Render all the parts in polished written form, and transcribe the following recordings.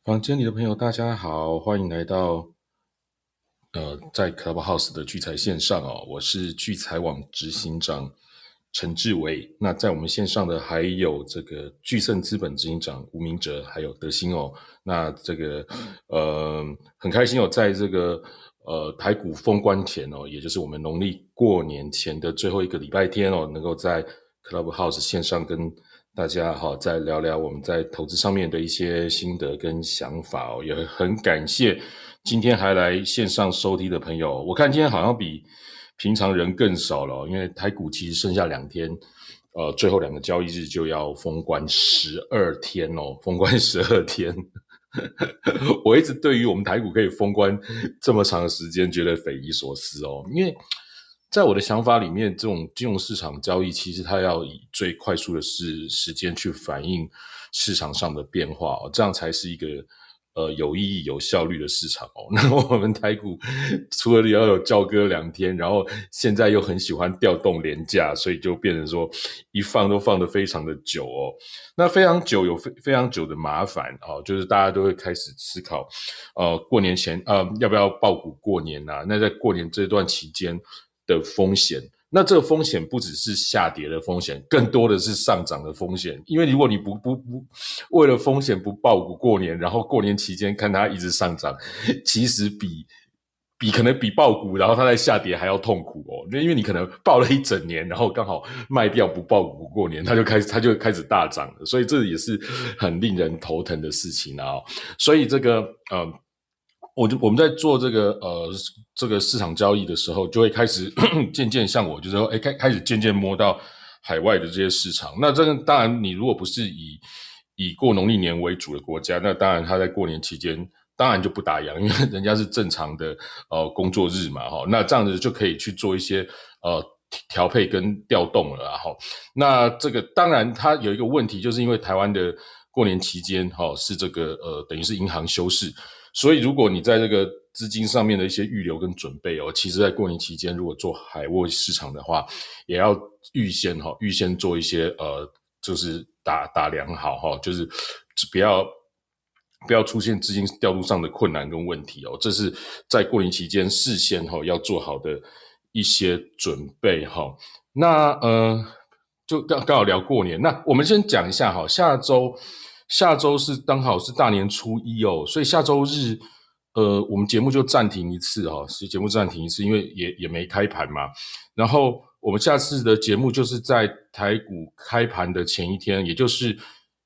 房间里的朋友，大家好，欢迎来到在 Clubhouse 的聚财线上哦，我是聚财网执行长陈志伟。那在我们线上的还有这个聚盛资本执行长吴明哲，还有德兴哦。那这个很开心哦，在这个台股封关前哦，也就是我们农历过年前的最后一个礼拜天哦，能够在 Clubhouse 线上跟大家再聊聊我们在投资上面的一些心得跟想法哦，也很感谢今天还来线上收听的朋友。我看今天好像比平常人更少了因为台股其实剩下2天，最后2个交易日就要封关12天哦，封关12天。我一直对于我们台股可以封关这么长的时间觉得匪夷所思哦，因为在我的想法里面，这种金融市场交易其实它要以最快速的时间去反映市场上的变化哦，这样才是一个有意义、有效率的市场哦。那我们台股除了要有交割2天，然后现在又很喜欢调动连假，所以就变成说一放都放得非常的久哦。那非常久有非常久的麻烦哦，就是大家都会开始思考，过年前要不要抱股过年啊？那在过年这段期间的风险，那这个风险不只是下跌的风险，更多的是上涨的风险。因为如果你不为了风险不抱股过年，然后过年期间看它一直上涨，其实可能比抱股然后它在下跌还要痛苦哦。因为你可能抱了一整年，然后刚好卖掉不抱股过年，它就开始大涨了，所以这也是很令人头疼的事情啊。所以这个我们在做这个市场交易的时候，就会开始渐渐像我，就是说，开始渐渐摸到海外的这些市场。那这个当然，你如果不是以过农历年为主的国家，那当然它在过年期间当然就不打烊，因为人家是正常的工作日嘛，那这样子就可以去做一些调配跟调动了哈。那这个当然它有一个问题，就是因为台湾的过年期间是这个等于是银行休市。所以如果你在这个资金上面的一些预留跟准备其实在过年期间如果做海外市场的话，也要预先做一些就是打量好就是不要出现资金调度上的困难跟问题这是在过年期间事先要做好的一些准备那就刚好聊过年，那我们先讲一下下周是刚好是大年初一所以下周日我们节目就暂停一次是节目暂停一次，因为也没开盘嘛。然后我们下次的节目就是在台股开盘的前一天，也就是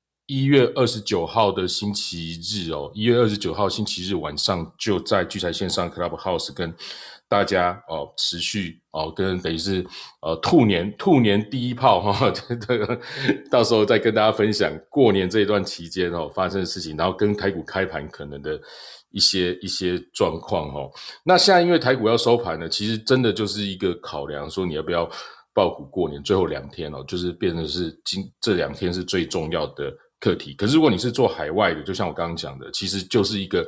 1月29号的星期日1月29号星期日晚上，就在聚财线上 Clubhouse 跟大家持续跟等于是兔年第一炮这个到时候再跟大家分享过年这一段期间发生的事情，然后跟台股开盘可能的一些状况那现在因为台股要收盘了，其实真的就是一个考量，说你要不要抱股过年最后2天就是变成是这2天是最重要的课题。可是如果你是做海外的，就像我刚刚讲的，其实就是一个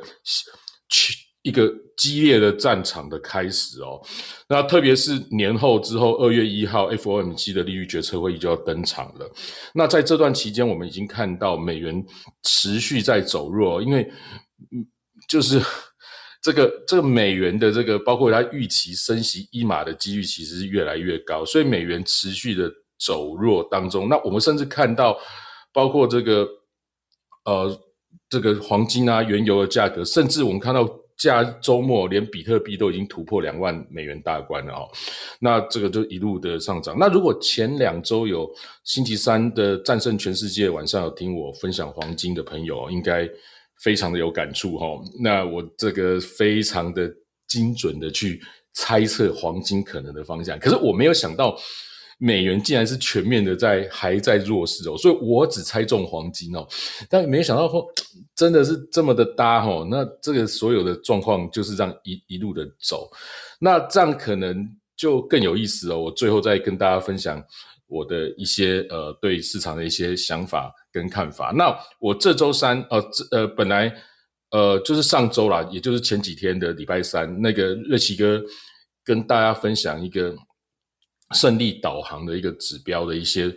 激烈的战场的开始那特别是年后之后2月1号 FOMC 的利率决策会议就要登场了。那在这段期间我们已经看到美元持续在走弱，因为就是这个美元的这个包括它预期升息1码的几率其实是越来越高，所以美元持续的走弱当中，那我们甚至看到包括这个黄金啊原油的价格，甚至我们看到周末连比特币都已经突破2万美元大关了那这个就一路的上涨。那如果前2周有星期三的战胜全世界晚上有听我分享黄金的朋友，应该非常的有感触那我这个非常的精准的去猜测黄金可能的方向，可是我没有想到美元竟然是全面的还在弱势所以我只猜中黄金但没想到真的是这么的搭那这个所有的状况就是这样一路的走，那这样可能就更有意思我最后再跟大家分享我的一些对市场的一些想法跟看法。那我这周三本来就是上周啦，也就是前几天的礼拜三，那个瑞奇哥跟大家分享一个胜利导航的一个指标的一些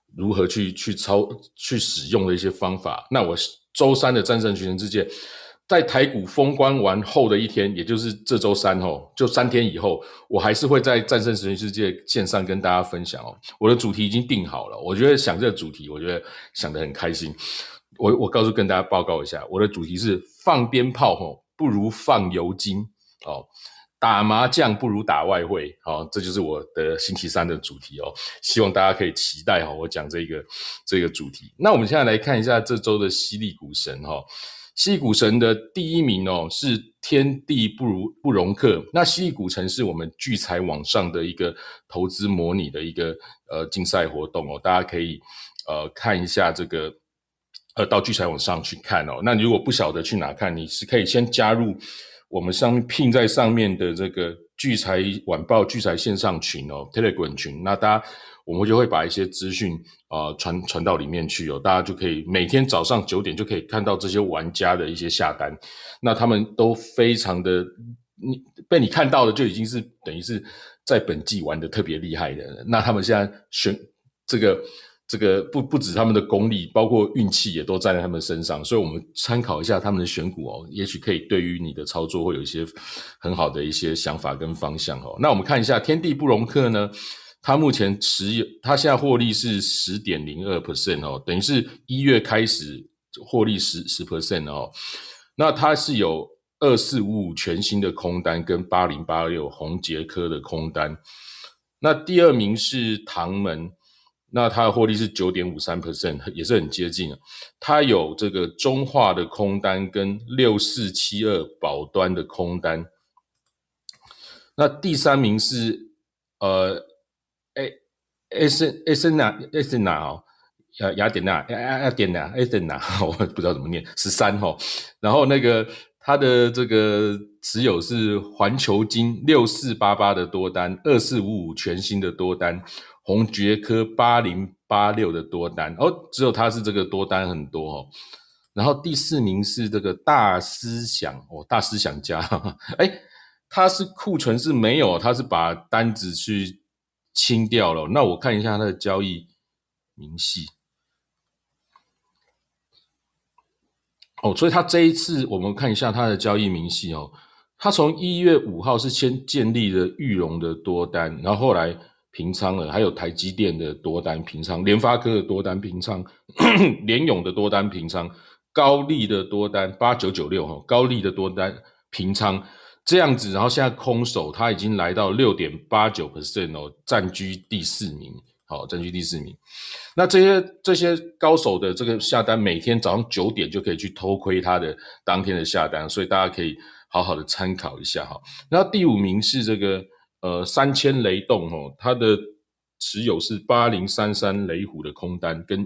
如何去使用的一些方法。那我周三的战胜全世界，在台股封关完后的一天，也就是这周三就3天以后，我还是会在战胜全世界线上跟大家分享我的主题已经定好了，我觉得想这个主题，我觉得想得很开心。我跟大家报告一下，我的主题是放鞭炮不如放油精打麻将不如打外汇这就是我的星期三的主题希望大家可以期待我讲这个主题。那我们现在来看一下这周的犀利股神犀利股神的第一名是天地不容克。那犀利股神是我们聚财网上的一个投资模拟的一个竞赛活动大家可以看一下这个到聚财网上去看那你如果不晓得去哪看，你是可以先加入我们上面拼在上面的这个聚财晚报聚财线上群Telegram 群，那我们就会把一些资讯传到里面去大家就可以每天早上9点就可以看到这些玩家的一些下单，那他们都非常的被你看到的就已经是等于是在本季玩的特别厉害的人，那他们现在选这个不止他们的功力，包括运气也都站在他们身上，所以我们参考一下他们的选股也许可以对于你的操作会有一些很好的一些想法跟方向那我们看一下天地不容克呢，它目前它现在获利是 10.02% 等于是1月开始获利 10% 那它是有2455全新的空单跟8086宏捷科的空单。那第二名是唐门，那它的获利是 9.53%， 也是很接近它有这个中化的空单跟6472宝端的空单。那第三名是雅典娜，我不知道怎么念13然后那个他的这个持有是环球金6488的多单，2455全新的多单，宏捷科8086的多单只有他是这个多单很多然后第4名是这个大思想大思想家他是库存是没有，他是把单子去清掉了。那我看一下他的交易明细所以他这一次我们看一下他的交易明细他从1月5号是先建立了裕隆的多单，然后后来平仓了，还有台积电的多单平仓，联发科的多单平仓联咏的多单平仓，高力的多单8996高力的多单平仓这样子，然后现在空手他已经来到 6.89% 占据第4名占据第4名。那这些高手的这个下单每天早上9点就可以去偷窥他的当天的下单，所以大家可以好好的参考一下然后第5名是这个3000雷动他的持有是8033雷虎的空单跟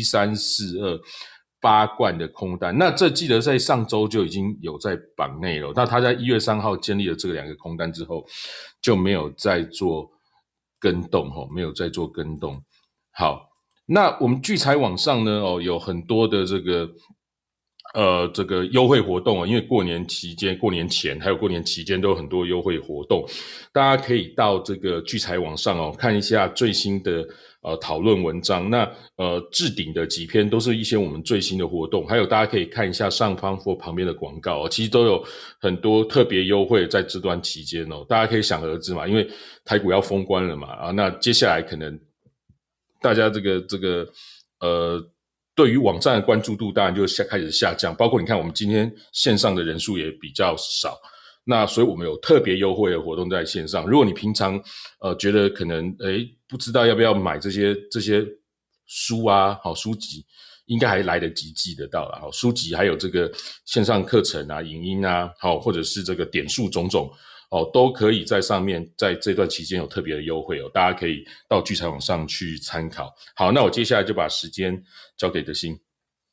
11342八冠的空单，那这记得在上周就已经有在榜内了。那他在1月3号建立了这2个空单之后，就没有再做跟动没有再做跟动。好，那我们聚财网上呢有很多的这个优惠活动因为过年期间、过年前还有过年期间都有很多优惠活动，大家可以到这个聚财网上看一下最新的讨论文章。那置顶的几篇都是一些我们最新的活动，还有大家可以看一下上方或旁边的广告其实都有很多特别优惠在这段期间大家可以想而知嘛，因为台股要封关了嘛那接下来可能大家这个对于网站的关注度当然就开始下降，包括你看我们今天线上的人数也比较少，那所以我们有特别优惠的活动在线上。如果你平常觉得可能不知道要不要买这些书书籍，应该还来得及寄得到啦书籍还有这个线上课程影音或者是这个点数种种都可以在上面，在这段期间有特别的优惠大家可以到聚财网上去参考。好，那我接下来就把时间交给德心。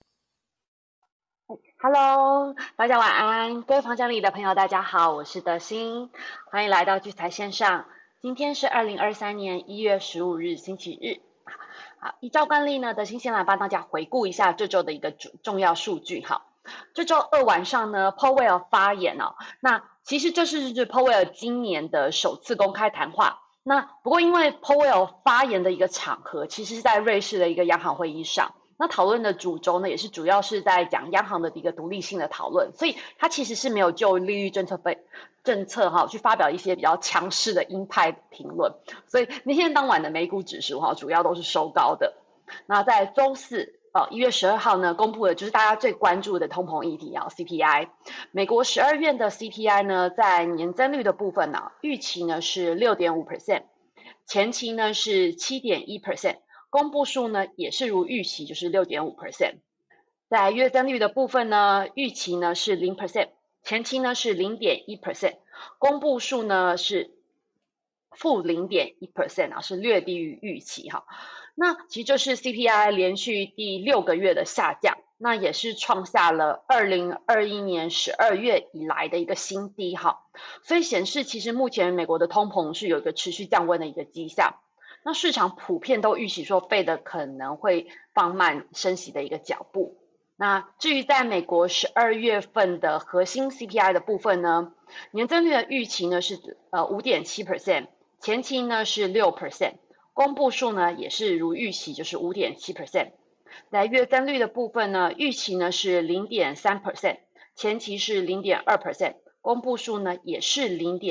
Hello， 大家晚安，各位房间里的朋友大家好，我是德心，欢迎来到聚财线上。今天是2023年1月15日星期日。好，依照惯例呢，德心先来帮大家回顾一下这周的一个重要数据。好，这周2晚上呢 Powell 发言那其实这是 Powell 今年的首次公开谈话。 那不过因为 Powell 发言的一个场合，其实是在瑞士的一个央行会议上，那讨论的主轴呢，也是主要是在讲央行的一个独立性的讨论，所以他其实是没有就利率政策去发表一些比较强势的鹰派评论，所以那天当晚的美股指数主要都是收高的。那在周四1月12号呢，公布的就是大家最关注的通膨议题CPI。美国12月的 CPI 呢，在年增率的部分预期呢是 6.5%， 前期呢是 7.1%， 公布数呢也是如预期，就是 6.5%。在月增率的部分呢，预期呢是 0%， 前期呢是 0.1%， 公布数呢是负 0.1%， 是略低于预期那其实就是 CPI 连续第6个月的下降，那也是创下了2021年12月以来的一个新低所以显示其实目前美国的通膨是有一个持续降温的一个迹象。那市场普遍都预期说Fed可能会放慢升息的一个脚步。那至于在美国12月份的核心 CPI 的部分呢，年增率的预期呢是5.7%， 前期呢是 6%， 公布数呢也是如预期，就是 5.7%。 在月增率的部分呢，预期呢是 0.3%， 前期是 0.2%， 公布数呢也是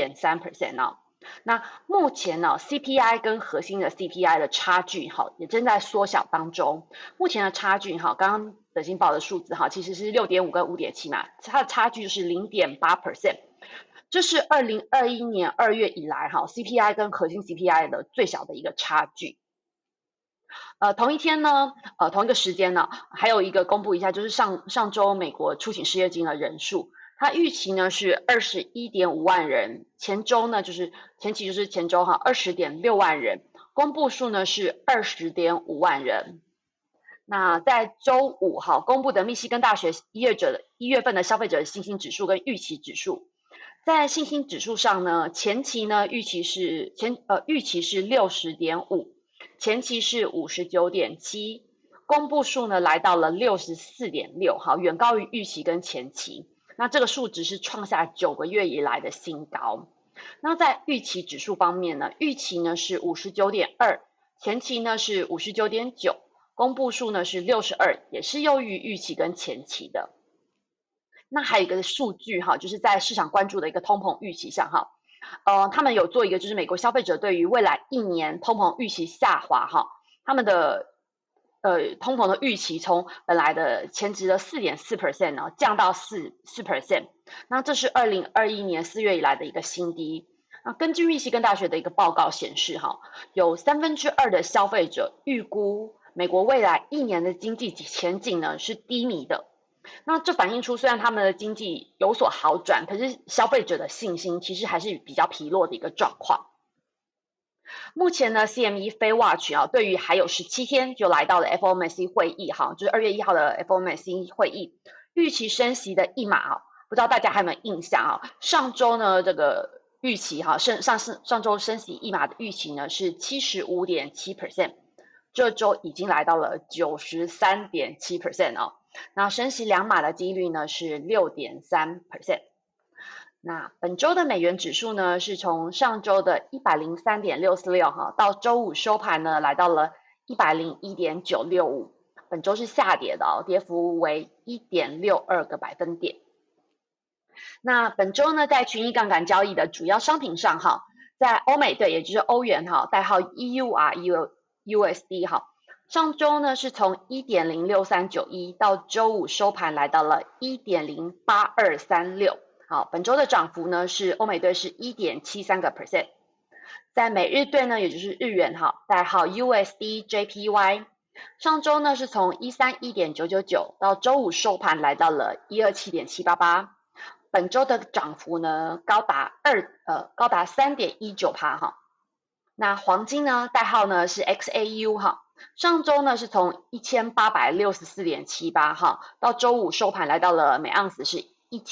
0.3% 那目前CPI 跟核心的 CPI 的差距也正在缩小当中。目前的差距刚刚德新报的数字其实是 6.5 跟 5.7 嘛，它的差距是 0.8%， 这是2021年2月以来CPI 跟核心 CPI 的最小的一个差距。同一天呢，同一个时间呢，还有一个公布一下，就是上周美国初请失业金的人数，它预期呢是 21.5 万人，前期就是前周20.6 万人，公布数呢是 20.5 万人。那在周五公布的密西根大学1月份的消费者信心指数跟预期指数，在信心指数上呢，前期呢预期是60.5，前期是 59.7， 公布数呢来到了 64.6， 远高于预期跟前期。那这个数值是创下9个月以来的新高。那在预期指数方面呢，预期呢是 59.2， 前期呢是 59.9， 公布数呢是62，也是优于预期跟前期的。那还有一个数据就是在市场关注的一个通膨预期上他们有做一个就是美国消费者对于未来1年通膨预期下滑他们的通膨的预期从本来的前值的 4.4% 降到 4%， 那这是2021年4月以来的一个新低。那根据密西根大学的一个报告显示有2/3的消费者预估美国未来1年的经济前景呢是低迷的。那这反映出虽然他们的经济有所好转，可是消费者的信心其实还是比较疲弱的一个状况。目前呢 CME FedWatch 对于还有17天就来到了 FOMC 会议就是2月1号的 FOMC 会议，预期升息的一码不知道大家还有没有印象上周呢这个预期上周升息一码的预期呢是 75.7%， 这周已经来到了 93.7% 那升息2码的几率呢是 6.3%。那本周的美元指数呢，是从上周的 103.646 到周五收盘呢，来到了 101.965， 本周是下跌的跌幅为 1.62 个百分点。那本周呢，在群益杠杆交易的主要商品上在欧美兑，也就是欧元代号 EUR、USD 上周呢是从 1.06391 到周五收盘来到了 1.08236。本周的涨幅呢是欧美兑是 1.73%。在美日兑呢，也就是日元代号 USD-JPY， 上周呢是从 131.999 到周五收盘来到了 127.788， 本周的涨幅呢高达 3.19%那黄金呢代号呢是 XAU上周呢是从 1864.78 到周五收盘来到了每盎司是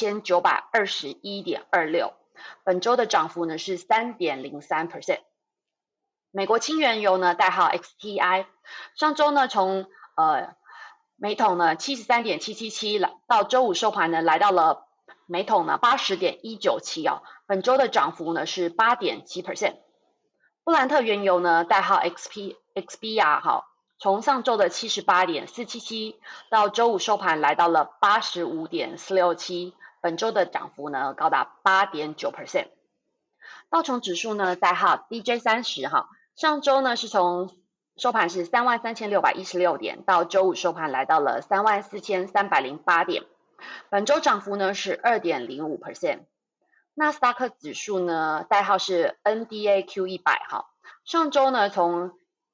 1921.26， 本周的涨幅呢是 3.03%。 美国轻原油呢代号 XTI， 上周呢从每桶呢 73.777 到周五收盘呢来到了每桶呢 80.197 本周的涨幅呢是 8.7%。 布兰特原油呢，代号 XBR 哈，从上周的78.477到周五收盘来到了85.467，本周的涨幅呢高达8.9%。道琼指数呢，代号 DJ30哈，上周呢是从收盘是33,616点，到周五收盘来到了34,308点，本周涨幅呢是2.05%。纳斯达克指数呢，代号是 NDAQ100哈，上周呢从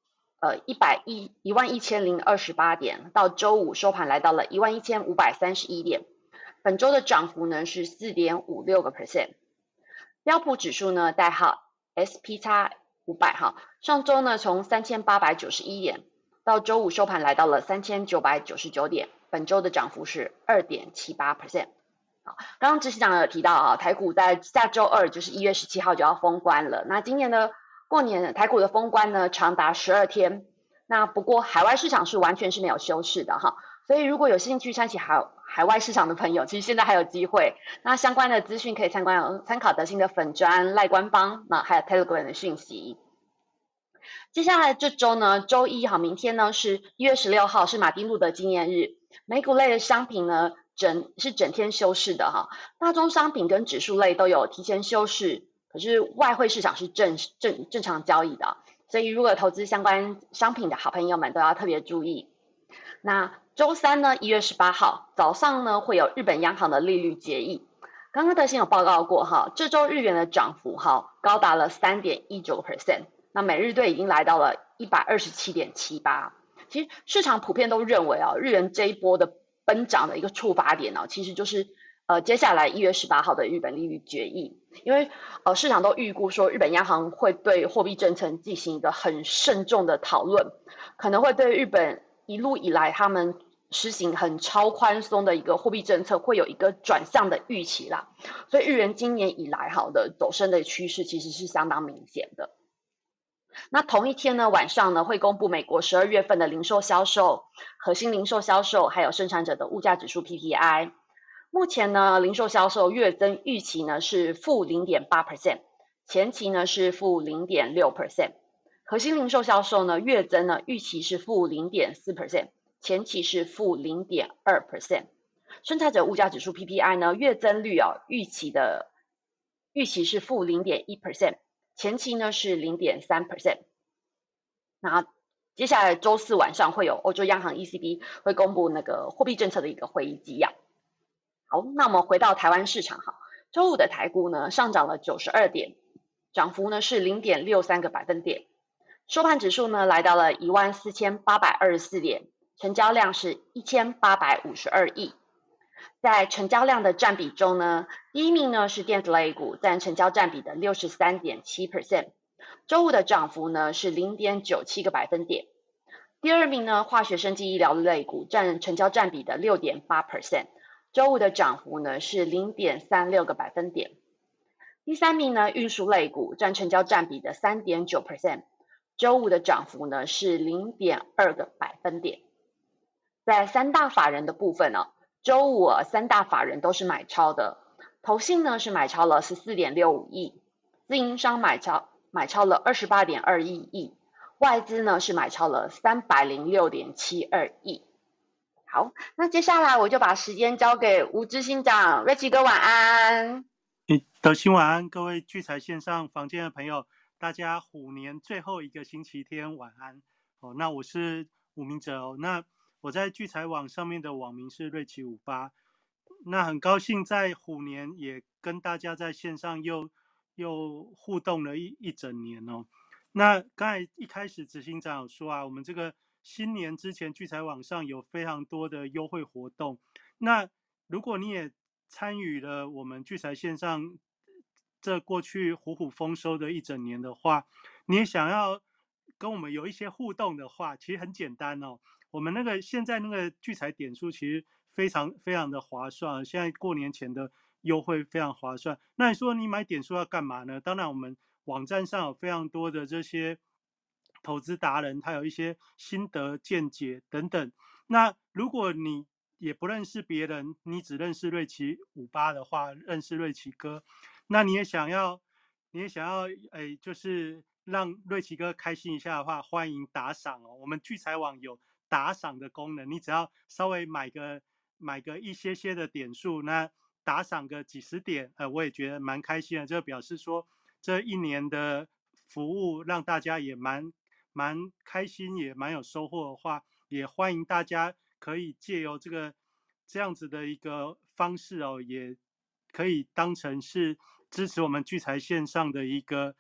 11028点，到周五收盘来到了11531点，本周的涨幅呢是4.56%。标普指数呢，代号 SPX500哈，上周呢从3891点，到周五收盘来到了3999点，本周的涨幅是2.78%。好，刚刚执行长有提到啊，台股在下周二就是1月17号就要封关了。那今年的过年台股的封关呢，长达12天。那不过海外市场是完全是没有休市的哈，所以如果有兴趣参与海外市场的朋友，其实现在还有机会。那相关的资讯可以参考德信的粉专赖官方，那还有 Telegram 的讯息。接下来这周呢，周一好，明天呢是1月16号，是马丁路德纪念日。美股类的商品呢，整天休市的哈，大宗商品跟指数类都有提前休市，可是外汇市场是正常交易的，所以如果投资相关商品的好朋友们都要特别注意。那周三呢，1月18号早上呢会有日本央行的利率决议。刚刚德信有报告过哈，这周日元的涨幅哈高达了3.19%，那每日兑已经来到了127.78。其实市场普遍都认为啊，日元这一波的奔涨的一个触发点呢，其实就是接下来1月18号的日本利率决议，因为市场都预估说日本央行会对货币政策进行一个很慎重的讨论，可能会对日本一路以来他们实行很超宽松的一个货币政策会有一个转向的预期啦，所以日元今年以来好的走升的趋势其实是相当明显的。那同一天呢，晚上呢会公布美国12月份的零售销售、核心零售销售，还有生产者的物价指数 PPI。目前呢，零售销售月增预期呢是负0.8%，前期呢是负0.6%。核心零售销售呢月增呢预期是负0.4%，前期是负0.2%。生产者物价指数 PPI 呢月增率预期是负0.1%。前期呢是0.3%。那接下来周四晚上会有欧洲央行 ECB 会公布那个货币政策的一个会议纪要。好，那我们回到台湾市场哈，周五的台股呢上涨了92点，涨幅呢是0.63个百分点，收盘指数呢来到了14824点，成交量是1852亿。在成交量的占比中呢，第一名呢是电子类股，占成交占比的63.7%，周五的涨幅呢是0.97个百分点。第二名呢，化学生技医疗类股占成交占比的6.8%，周五的涨幅呢是0.36个百分点。第三名呢，运输类股占成交占比的3.9%，周五的涨幅呢是0.2个百分点。在三大法人的部分呢，周五三大法人都是买超的，投信呢是买超了14.65亿，自营商买超了28.21亿，外资呢是买超了306.72亿。好，那接下来我就把时间交给吴执行长，瑞奇哥晚安。 德兴晚安，各位聚财线上房间的朋友，大家虎年最后一个星期天晚安。那我是吴明哲哦，那我在聚财网上面的网名是瑞奇58，那很高兴在虎年也跟大家在线上又互动了一整年哦。那刚才一开始执行长有说啊，我们这个新年之前聚财网上有非常多的优惠活动，那如果你也参与了我们聚财线上这过去虎虎丰收的一整年的话，你也想要跟我们有一些互动的话，其实很简单哦。我们现在那个聚财点数其实非常的划算，现在过年前的优惠非常划算。那你说你买点数要干嘛呢？当然我们网站上有非常多的这些投资达人，他有一些心得见解等等。那如果你也不认识别人，你只认识瑞奇58的话，认识瑞奇哥，那你也想要就是让瑞奇哥开心一下的话，欢迎打赏哦。我们聚财网有打赏的功能，你只要稍微买个一些的点数，那打赏个几十点，我也觉得蛮开心的。这表示说这一年的服务让大家也蛮开心，也蛮有收获的话，也欢迎大家可以借由这样子的一个方式哦，也可以当成是支持我们聚财线上的一个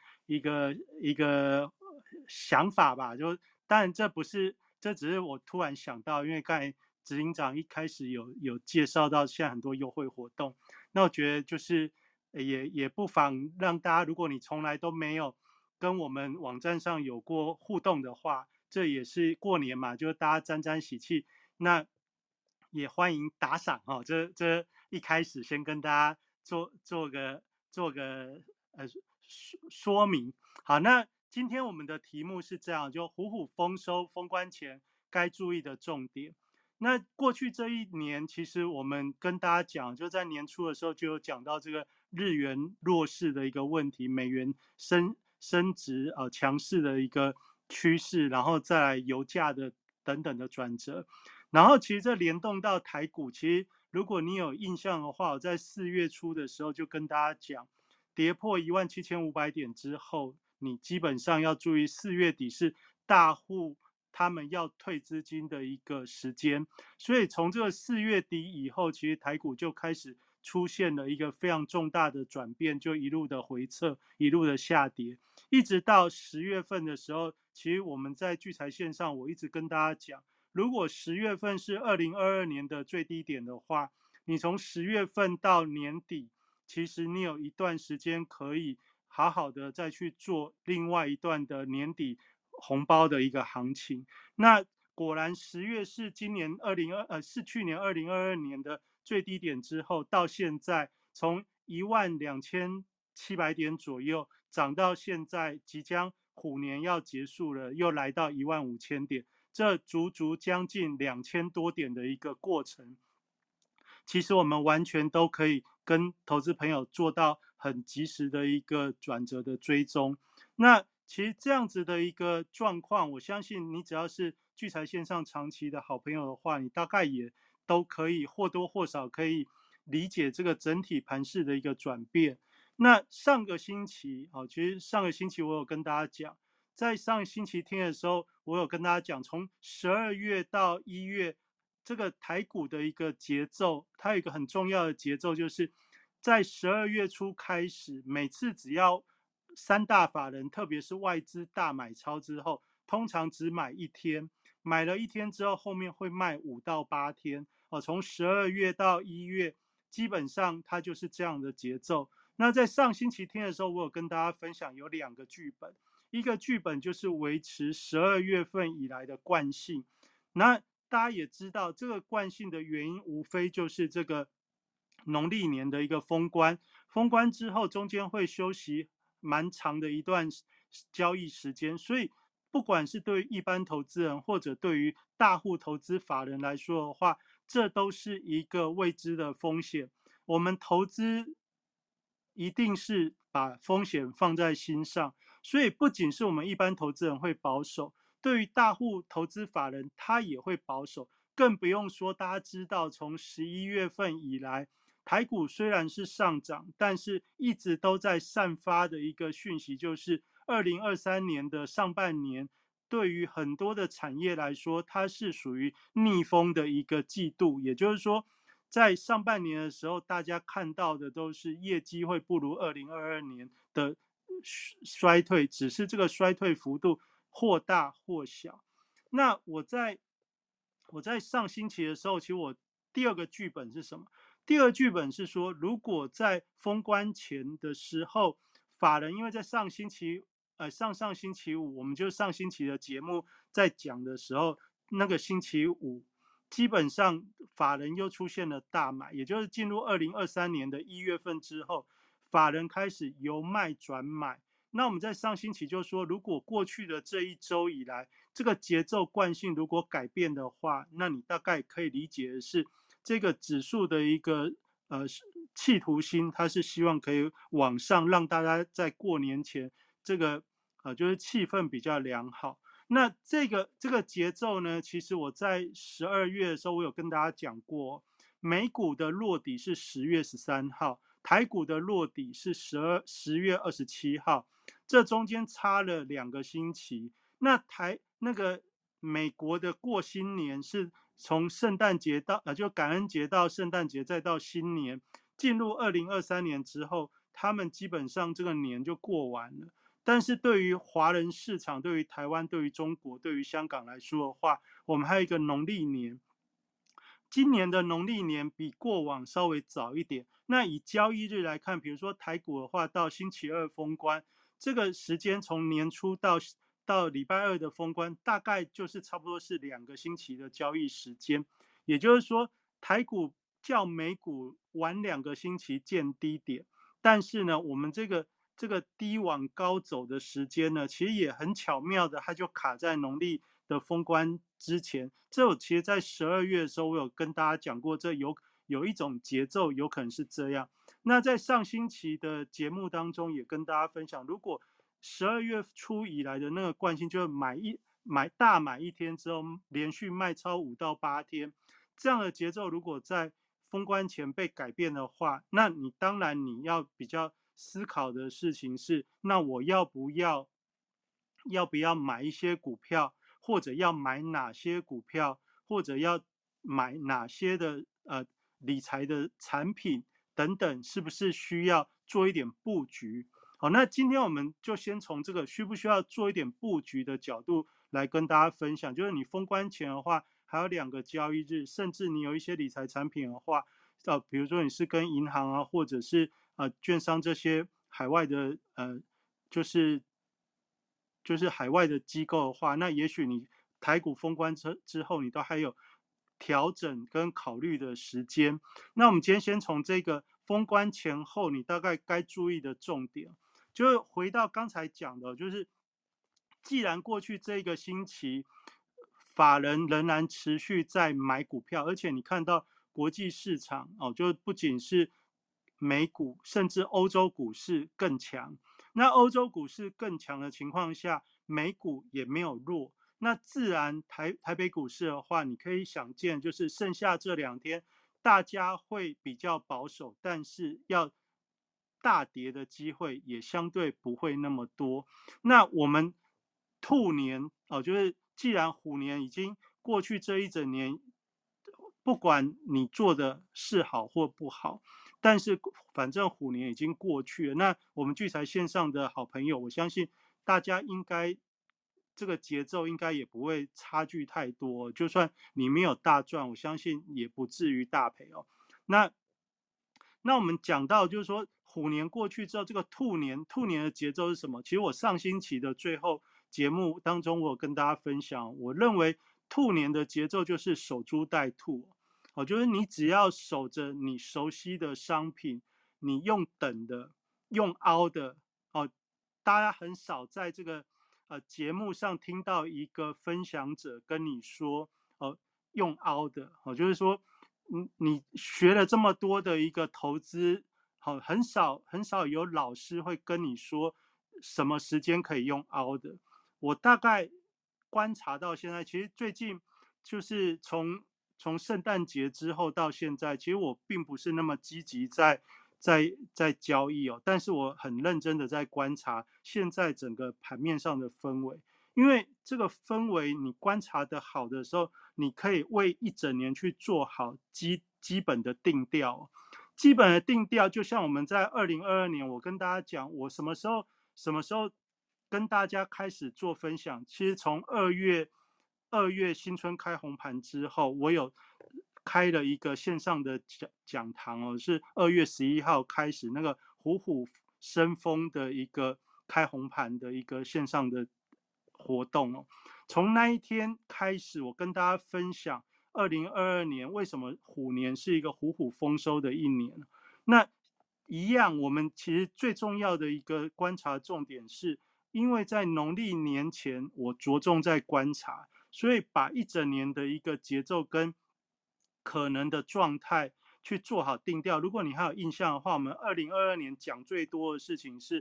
想法吧。就当然这只是我突然想到，因为刚才执行长一开始有介绍到现在很多优惠活动，那我觉得就是也不妨让大家，如果你从来都没有跟我们网站上有过互动的话，这也是过年嘛，就是大家沾沾喜气，那也欢迎打赏哈、哦。这一开始先跟大家做个说明。好，那今天我们的题目是这样，就虎虎丰收，封关前该注意的重点。那过去这一年，其实我们跟大家讲，就在年初的时候就有讲到这个日元弱势的一个问题，美元升值强势的一个趋势，然后再来油价的等等的转折。然后其实这联动到台股，其实如果你有印象的话，我在4月初的时候就跟大家讲，跌破17500点之后，你基本上要注意4月底是大户他们要退资金的一个时间，所以从这个4月底以后，其实台股就开始出现了一个非常重大的转变，就一路的回撤，一路的下跌，一直到10月份的时候，其实我们在聚财线上，我一直跟大家讲，如果10月份是2022年的最低点的话，你从10月份到年底，其实你有一段时间可以好好的再去做另外一段的年底红包的一个行情。那果然10月是去年2022年的最低点之后，到现在从12700点左右涨到现在即将虎年要结束了，又来到15000点，这足足将近2000多点的一个过程。其实我们完全都可以跟投资朋友做到很及时的一个转折的追踪。那其实这样子的一个状况，我相信你只要是聚财线上长期的好朋友的话，你大概也都可以或多或少可以理解这个整体盘势的一个转变。那上个星期，其实上个星期我有跟大家讲，在上星期天的时候，我有跟大家讲，从12月到1月，这个台股的一个节奏，它有一个很重要的节奏，就是在12月初开始，每次只要三大法人，特别是外资大买超之后，通常只买一天，买了一天之后，后面会卖5到8天。从12月到1月，基本上它就是这样的节奏。那在上星期天的时候，我有跟大家分享有2个剧本，一个剧本就是维持12月份以来的惯性。那大家也知道，这个惯性的原因无非就是这个农历年的一个封关，封关之后中间会休息蛮长的一段交易时间，所以不管是对于一般投资人或者对于大户投资法人来说的话，这都是一个未知的风险。我们投资一定是把风险放在心上，所以不仅是我们一般投资人会保守，对于大户投资法人他也会保守，更不用说大家知道从11月份以来，台股虽然是上涨，但是一直都在散发的一个讯息，就是2023年的上半年，对于很多的产业来说，它是属于逆风的一个季度，也就是说，在上半年的时候，大家看到的都是业绩会不如2022年的衰退，只是这个衰退幅度或大或小。那我在上星期的时候，其实我第二个剧本是什么？第二剧本是说，如果在封关前的时候，法人因为在上上星期五，我们就上星期的节目在讲的时候，那个星期五基本上法人又出现了大买，也就是进入2023年的1月份之后，法人开始由卖转买。那我们在上星期就说，如果过去的这一周以来，这个节奏惯性如果改变的话，那你大概可以理解的是，这个指数的一个企图心，它是希望可以往上，让大家在过年前这个就是气氛比较良好。那这个节奏呢，其实我在12月的时候，我有跟大家讲过，美股的落底是10月13号，台股的落底是10月27号，这中间差了2个星期。那个美国的过新年是从圣诞节到就感恩节到圣诞节，再到新年，进入2023年之后，他们基本上这个年就过完了。但是对于华人市场，对于台湾，对于中国，对于香港来说的话，我们还有一个农历年。今年的农历年比过往稍微早一点。那以交易日来看，比如说台股的话，到星期二封关，这个时间从年初到礼拜二的封关，大概就是差不多是2个星期的交易时间。也就是说，台股较美股晚2个星期见低点，但是呢，我们这个低往高走的时间呢，其实也很巧妙的，它就卡在农历的封关之前。这我其实在12月的时候，我有跟大家讲过，这有一种节奏，有可能是这样。那在上星期的节目当中，也跟大家分享，如果12月初以来的那个惯性，就是大买一天之后，连续卖超5到8天，这样的节奏，如果在封关前被改变的话，那你当然你要比较思考的事情是，那我要不要买一些股票，或者要买哪些股票，或者要买哪些的理财的产品等等，是不是需要做一点布局？好，那今天我们就先从这个需不需要做一点布局的角度来跟大家分享。就是你封关前的话，还有2个交易日，甚至你有一些理财产品的话，比如说你是跟银行啊，或者是券商这些海外的就是海外的机构的话，那也许你台股封关之后，你都还有调整跟考虑的时间。那我们今天先从这个封关前后，你大概该注意的重点，就是回到刚才讲的，就是既然过去这个星期法人仍然持续在买股票，而且你看到国际市场就不仅是美股，甚至欧洲股市更强。那欧洲股市更强的情况下，美股也没有弱。那自然台北股市的话，你可以想见，就是剩下这2天，大家会比较保守，但是要大跌的机会也相对不会那么多。那我们兔年就是既然虎年已经过去这一整年，不管你做的是好或不好，但是反正虎年已经过去了。那我们聚财线上的好朋友，我相信大家应该这个节奏应该也不会差距太多。就算你没有大赚，我相信也不至于大赔哦。那我们讲到就是说虎年过去之后，这个兔年的节奏是什么？其实我上星期的最后节目当中，我有跟大家分享，我认为兔年的节奏就是守株待兔就是你只要守着你熟悉的商品，你用等的，用凹的大家很少在这个节目上听到一个分享者跟你说用凹的就是说你学了这么多的一个投资很少有老师会跟你说什么时间可以用凹的。我大概观察到现在，其实最近就是从圣诞节之后到现在，其实我并不是那么积极在交易但是我很认真的在观察现在整个盘面上的氛围。因为这个氛围你观察的好的时候，你可以为一整年去做好基本的定调。基本的定调就像我们在2022年，我跟大家讲，我什么时候跟大家开始做分享。其实从2月新春开红盘之后，我有开了一个线上的讲堂是2月11号开始那个虎虎生风的一个开红盘的一个线上的活动从那一天开始，我跟大家分享2022年为什么虎年是一个虎虎丰收的一年。那一样，我们其实最重要的一个观察重点是，因为在农历年前，我着重在观察，所以把一整年的一个节奏跟可能的状态去做好定调。如果你还有印象的话，我们2022年讲最多的事情是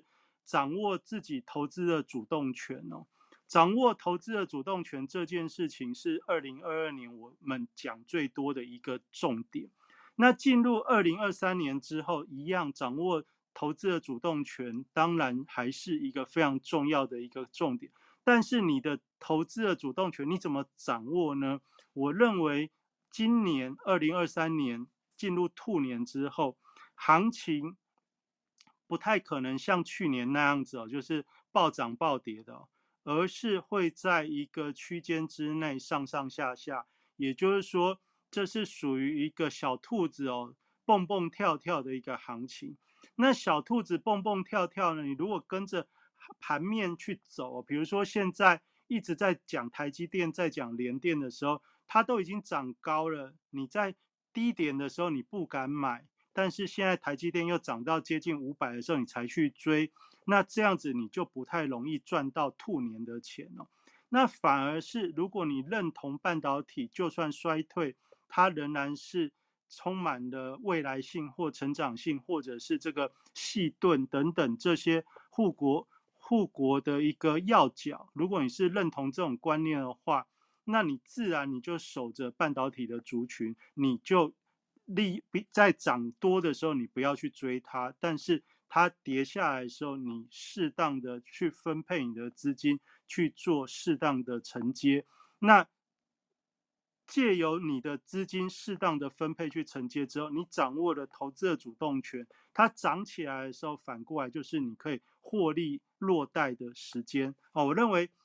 掌握自己投资的主动权哦。掌握投资的主动权这件事情是2022年我们讲最多的一个重点。那进入2023年之后，一样掌握投资的主动权，当然还是一个非常重要的一个重点。但是你的投资的主动权你怎么掌握呢？我认为今年2023年进入兔年之后，行情不太可能像去年那样子就是暴涨暴跌的而是会在一个区间之内上上下下。也就是说，这是属于一个小兔子蹦蹦跳跳的一个行情。那小兔子蹦蹦跳跳呢，你如果跟着盘面去走，比如说现在一直在讲台积电，在讲联电的时候，它都已经涨高了，你在低点的时候你不敢买，但是现在台积电又涨到接近500的时候你才去追，那这样子你就不太容易赚到兔年的钱那反而是如果你认同半导体就算衰退，它仍然是充满了未来性或成长性，或者是这个细盾等等这些护国的一个要角。如果你是认同这种观念的话，那你自然你就守着半导体的族群，你就在涨多的时候你不要去追它，但是它跌下来的时候，你适当的去分配你的资金去做适当的承接。那借由你的资金适当的分配去承接之后，你掌握了投资的主动权，它涨起来的时候，反过来就是你可以获利落袋的时间我认为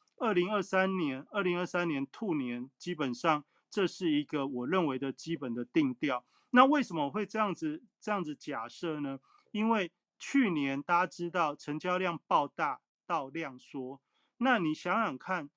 2023年兔年基本上这是一个我认为的基本的定调。那为什么我会这样子假设呢？因为去年大家知道成交量爆大到量缩，那你想想看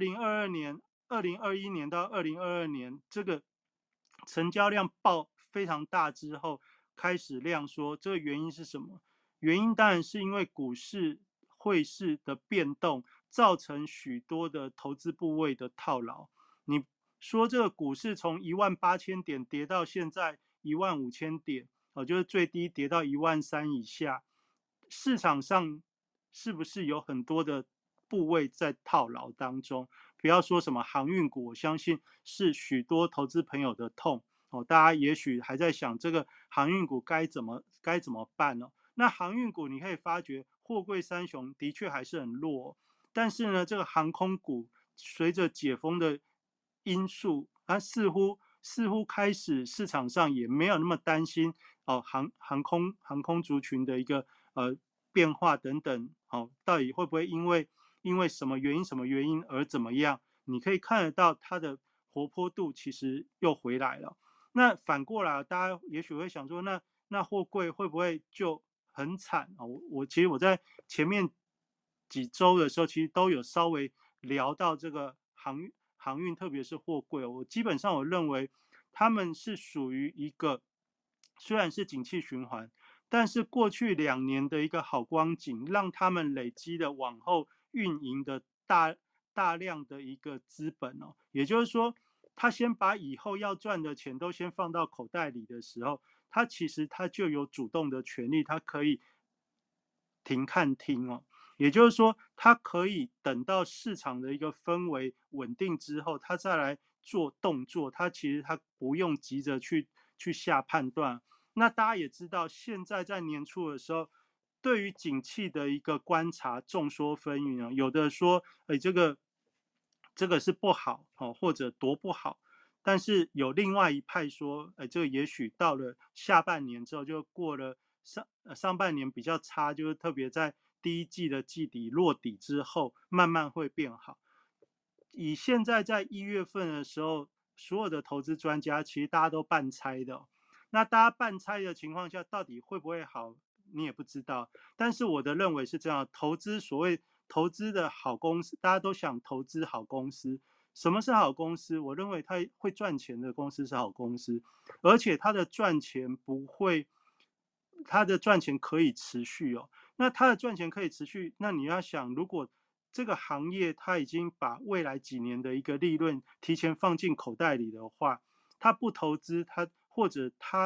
2021年到2022年这个成交量爆非常大之后开始量缩，这个原因是什么？原因当然是因为股市汇市的变动造成许多的投资部位的套牢。你说这个股市从18000点跌到现在15000点就是最低跌到13000以下，市场上是不是有很多的部位在套牢当中？不要说什么航运股，我相信是许多投资朋友的痛大家也许还在想这个航运股该怎么办呢？那航运股你可以发觉货柜三雄的确还是很弱但是呢，这个航空股随着解封的因素，它似乎开始市场上也没有那么担心航空族群的一个变化等等到底会不会因为什么原因而怎么样？你可以看得到它的活泼度其实又回来了。那反过来，大家也许会想说，那货柜会不会就很惨其实我在前面几周的时候，其实都有稍微聊到这个航运，特别是货柜我基本上我认为他们是属于一个虽然是景气循环，但是过去2年的一个好光景，让他们累积了往后运营的大量的一个资本也就是说，他先把以后要赚的钱都先放到口袋里的时候，他其实他就有主动的权利，他可以停看听也就是说，他可以等到市场的一个氛围稳定之后，他再来做动作。他其实他不用急着去下判断。那大家也知道，现在在年初的时候，对于景气的一个观察众说纷纭有的说，这个是不好或者多不好。但是有另外一派说，这个也许到了下半年之后，就过了上半年比较差，就是特别在第一季的季底落底之后，慢慢会变好。以现在在1月份的时候，所有的投资专家其实大家都半猜的那大家半猜的情况下，到底会不会好，你也不知道。但是我的认为是这样，所谓投资的好公司，大家都想投资好公司。什么是好公司？我认为它会赚钱的公司是好公司，而且它的赚钱不会，它的赚钱可以持续那它的赚钱可以持续，那你要想，如果这个行业它已经把未来几年的一个利润提前放进口袋里的话，它不投资，或者它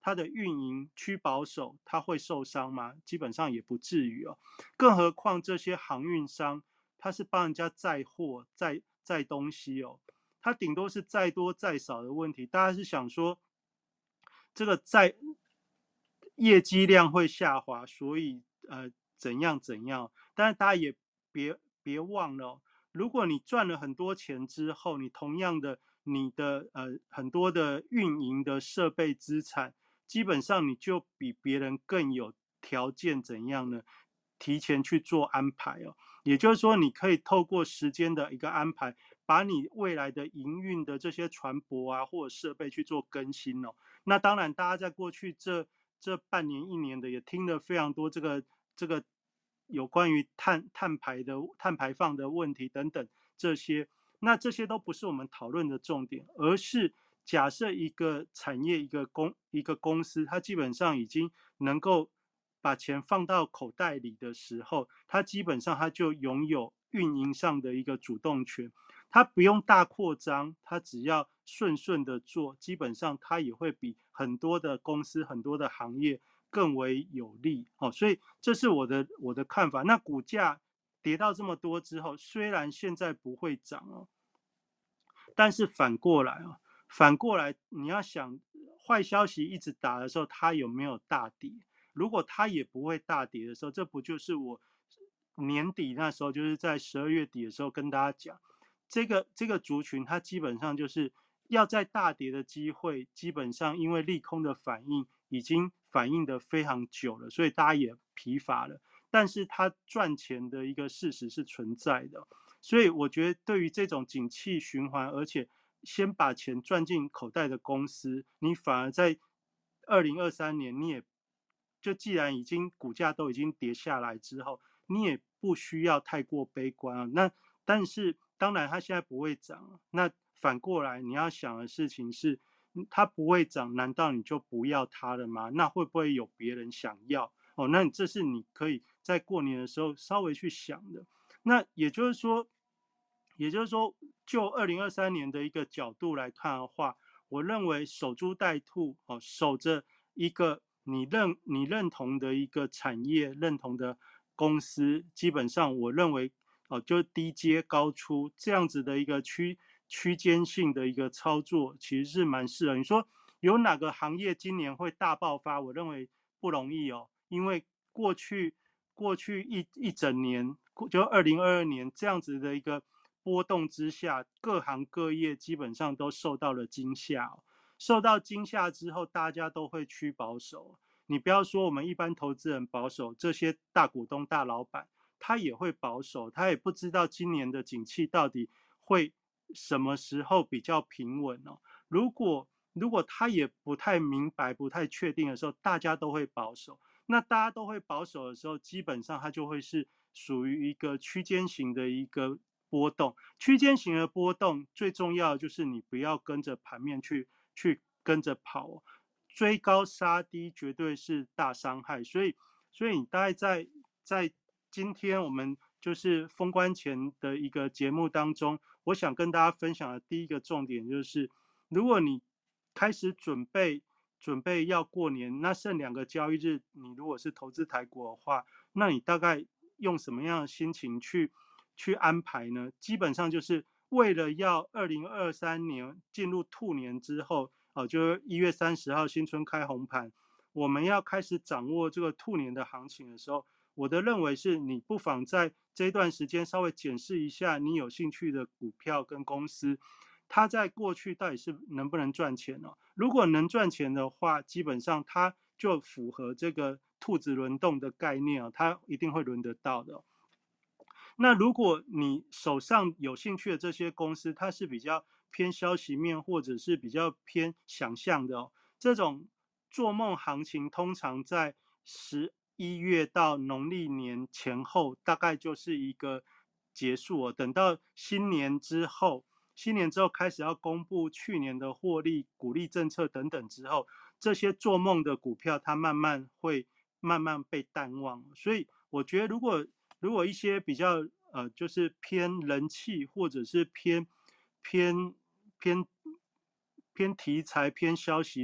它的运营趋保守，它会受伤吗？基本上也不至于哦。更何况这些航运商，他是帮人家载货、载东西哦，他顶多是载多载少的问题。大家是想说，这个业绩量会下滑，所以怎样怎样。但是大家也别忘了哦，如果你赚了很多钱之后，你同样的你的很多的运营的设备资产，基本上你就比别人更有条件怎样呢？提前去做安排哦。也就是说，你可以透过时间的一个安排，把你未来的营运的这些船舶啊或者设备去做更新哦。那当然，大家在过去这半年一年的也听了非常多这个有关于碳排放的问题等等这些，那这些都不是我们讨论的重点，而是假设一个产业一个公司，它基本上已经能够把钱放到口袋里的时候，它基本上它就拥有运营上的一个主动权。它不用大扩张，它只要顺的做，基本上它也会比很多的公司、很多的行业更为有利。哦，所以这是我的看法。那股价跌到这么多之后，虽然现在不会涨哦，但是反过来你要想，坏消息一直打的时候，它有没有大跌？如果它也不会大跌的时候，这不就是我年底那时候，就是在12月底的时候跟大家讲，这个族群它基本上就是要在大跌的机会，基本上因为利空的反应已经反应的非常久了，所以大家也疲乏了。但是它赚钱的一个事实是存在的，所以我觉得对于这种景气循环，而且先把钱赚进口袋的公司，你反而在2023年，你也就既然已经股价都已经跌下来之后，你也不需要太过悲观啊。那但是当然它现在不会涨，那反过来你要想的事情是，它不会涨，难道你就不要它了吗？那会不会有别人想要？哦，那这是你可以在过年的时候稍微去想的。那也就是说，就2023年的一个角度来看的话，我认为守株待兔，哦，守着一个你认同的一个产业、认同的公司，基本上我认为，哦，就低阶高出这样子的一个区间性的一个操作，其实是蛮适合。你说有哪个行业今年会大爆发？我认为不容易哦，因为过去一整年，就2022年这样子的一个波动之下，各行各业基本上都受到了惊吓哦。受到惊吓之后，大家都会趋保守。你不要说我们一般投资人保守，这些大股东、大老板他也会保守，他也不知道今年的景气到底会什么时候比较平稳哦。如果他也不太明白、不太确定的时候，大家都会保守。那大家都会保守的时候，基本上它就会是属于一个区间型的一个波动。区间型的波动最重要的就是你不要跟着盘面去跟着跑哦，追高杀低绝对是大伤害。所以你大概在今天我们就是封关前的一个节目当中，我想跟大家分享的第一个重点就是，如果你开始准备要过年，那剩2个交易日，你如果是投资台股的话，那你大概用什么样的心情去安排呢？基本上就是为了要2023年进入兔年之后，就是1月30号新春开红盘，我们要开始掌握这个兔年的行情的时候，我的认为是你不妨在这段时间稍微检视一下你有兴趣的股票跟公司，它在过去到底是能不能赚钱哦？如果能赚钱的话，基本上它就符合这个兔子轮动的概念哦，它一定会轮得到的哦。那如果你手上有兴趣的这些公司，它是比较偏消息面或者是比较偏想象的哦，这种做梦行情通常在11月到农历年前后，大概就是一个结束哦。等到新年之后开始要公布去年的获利、股利政策等等之后，这些做梦的股票它慢慢被淡忘。所以我觉得，如果一些比较就是偏人气或者是偏偏题材偏消息的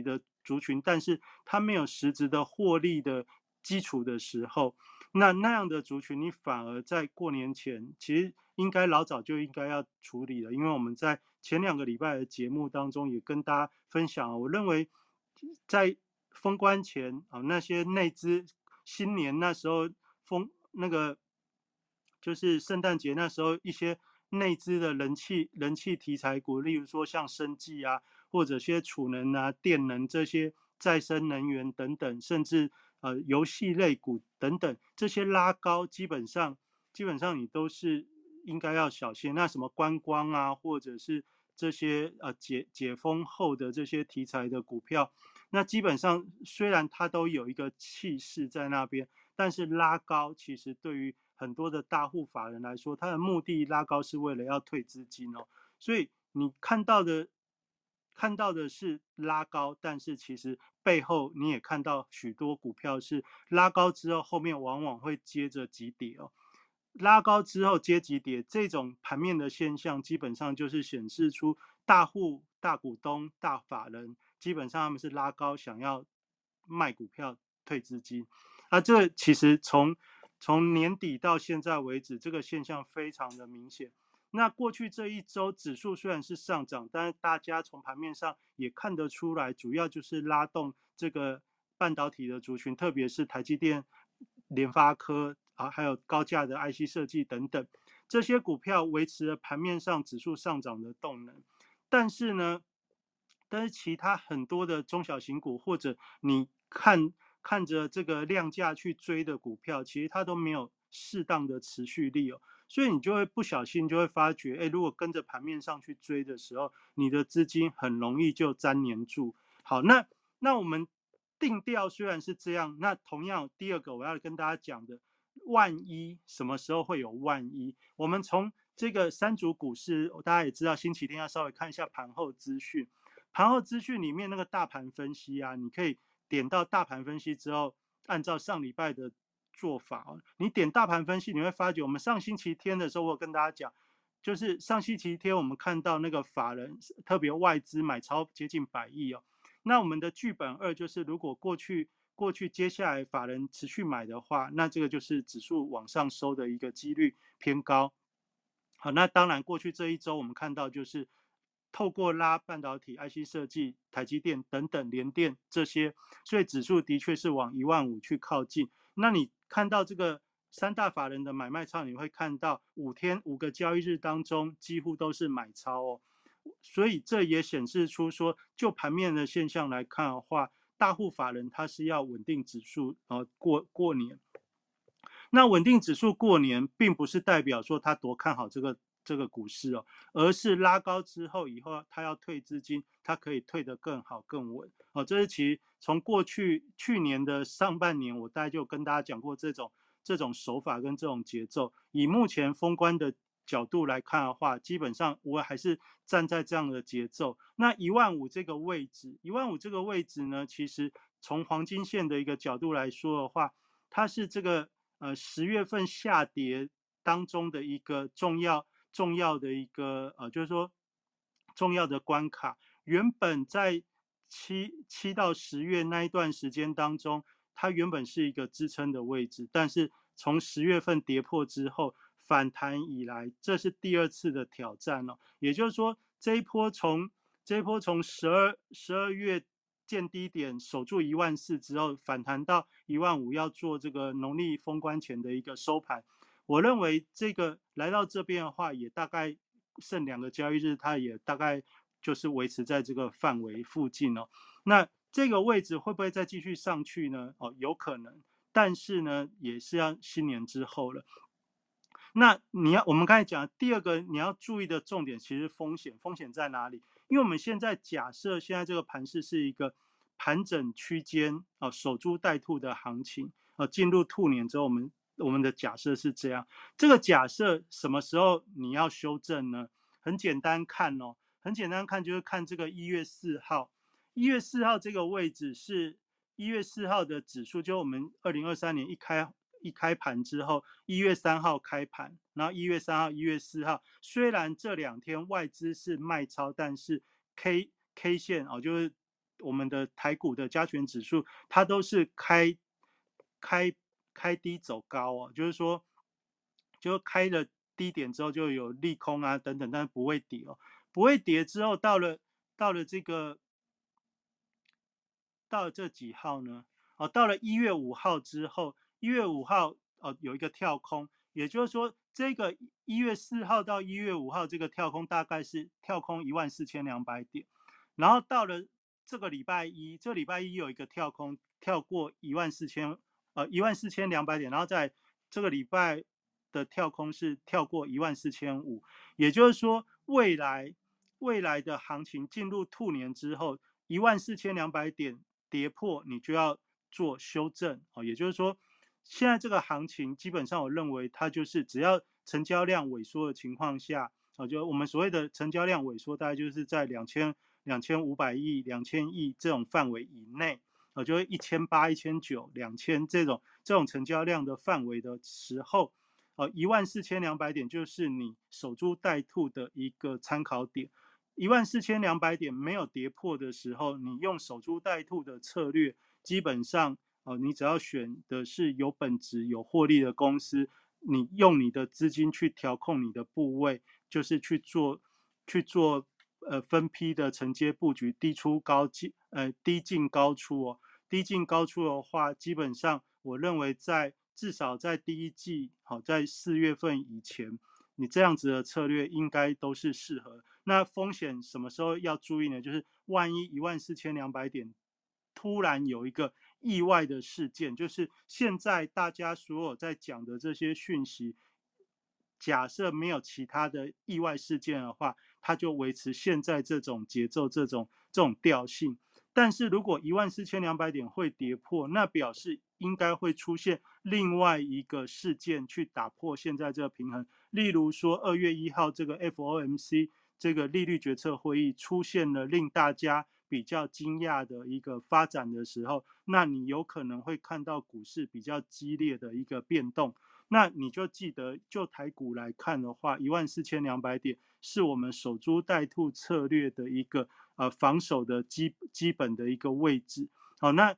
族群，但是它没有实质的获利的基础的时候，那样的族群，你反而在过年前，其实应该老早就应该要处理了，因为我们在前2个礼拜的节目当中也跟大家分享，我认为在封关前啊，那些内资新年那时候那个就是圣诞节那时候一些内资的人气题材股，例如说像生技啊，或者些储能啊、电能这些再生能源等等，甚至游戏类股等等，这些拉高基本上你都是应该要小心。那什么观光啊，或者是这些解封后的这些题材的股票，那基本上虽然它都有一个气势在那边，但是拉高其实对于很多的大户法人来说，它的目的拉高是为了要退资金哦。所以你看到的是拉高，但是其实背后你也看到许多股票是拉高之后，后面往往会接着急跌哦。拉高之后接急跌，这种盘面的现象，基本上就是显示出大户、大股东、大法人，基本上他们是拉高想要卖股票退资金。这其实从年底到现在为止，这个现象非常的明显。那过去这一周指数虽然是上涨，但是大家从盘面上也看得出来，主要就是拉动这个半导体的族群，特别是台积电、联发科啊，还有高价的 IC 设计等等，这些股票维持了盘面上指数上涨的动能。但是其他很多的中小型股，或者你看着这个量价去追的股票，其实它都没有适当的持续力哦。所以你就会不小心就会发觉，如果跟着盘面上去追的时候，你的资金很容易就粘黏住。好，那我们定调虽然是这样，那同样第二个我要跟大家讲的，万一什么时候会有万一？我们从这个三组股市，大家也知道，星期天要稍微看一下盘后资讯。盘后资讯里面那个大盘分析啊，你可以点到大盘分析之后，按照上礼拜的做法，你点大盘分析，你会发觉我们上星期天的时候，我有跟大家讲，就是上星期天我们看到那个法人特别外资买超接近100亿哦。那我们的剧本2就是，如果过去接下来法人持续买的话，那这个就是指数往上收的一个几率偏高。好，那当然过去这一周我们看到就是透过拉半导体、IC 设计、台积电等等联电这些，所以指数的确是往15000去靠近。那你看到这个3大法人的买卖超，你会看到5个交易日当中几乎都是买超哦。所以这也显示出说，就盘面的现象来看的话，大户法人他是要稳定指数过年。那稳定指数过年，并不是代表说他多看好这个股市哦，而是拉高之后以后他要退资金，他可以退得更好更稳哦。这是其实从去年的上半年，我大概就跟大家讲过这种手法跟这种节奏。以目前封关的角度来看的话，基本上我还是站在这样的节奏。那15000这个位置，15000这个位置呢，其实从黄金线的一个角度来说的话，它是这个10月份下跌当中的一个重要的一个就是说重要的关卡。原本在7到10月那一段时间当中，它原本是一个支撑的位置，但是从10月份跌破之后反弹以来，这是第2次的挑战哦。也就是说，这一波从12月见低点守住14000之后，反弹到15000，要做这个农历封关前的一个收盘。我认为这个来到这边的话，也大概剩2个交易日，它也大概就是维持在这个范围附近哦。那这个位置会不会再继续上去呢？有可能，但是呢，也是要新年之后了。那我们刚才讲第2个你要注意的重点，其实风险在哪里？因为我们现在假设现在这个盘势是一个盘整区间守株待兔的行情进入兔年之后，我们的假设是这样。这个假设什么时候你要修正呢？很简单看就是看这个1月4号，1月4号这个位置是1月4号的指数，就我们2023年一开盘之后，1月3号开盘，然后1月3号、1月4号，虽然这2天外资是卖超，但是 K 线就是我们的台股的加权指数，它都是开低走高哦，就是说，就开了低点之后就有利空啊等等，但是不会跌哦，不会跌之后到了这几号呢？哦，到了1月5号之后，1月5号有一个跳空，也就是说，这个1月4号到1月5号这个跳空大概是跳空14200点，然后到了这个礼拜一，这礼拜一有一个跳空，跳过14200点，然后在这个礼拜的跳空是跳过14500，也就是说，未来的行情进入兔年之后，14200点跌破，你就要做修正哦。也就是说，现在这个行情基本上，我认为它就是只要成交量萎缩的情况下，就我们所谓的成交量萎缩，大概就是在2500亿、2000亿这种范围以内，就是1800、1900、2000这种成交量的范围的时候，14200点就是你守株待兔的一个参考点。14200点没有跌破的时候，你用守株待兔的策略，基本上你只要选的是有本质、有获利的公司，你用你的资金去调控你的部位，就是去做分批的承接布局，低进高出哦。低进高出的话，基本上我认为至少在第一季，在4月份以前，你这样子的策略应该都是适合。那风险什么时候要注意呢？就是万一14200点突然有一个意外的事件，就是现在大家所有在讲的这些讯息，假设没有其他的意外事件的话，它就维持现在这种节奏、这种调性。但是如果14200点会跌破，那表示应该会出现另外一个事件去打破现在这个平衡。例如说2月1号这个 FOMC 这个利率决策会议出现了令大家比较惊讶的一个发展的时候，那你有可能会看到股市比较激烈的一个变动。那你就记得，就台股来看的话，14200点是我们守株待兔策略的一个防守的基本的一个位置。好，那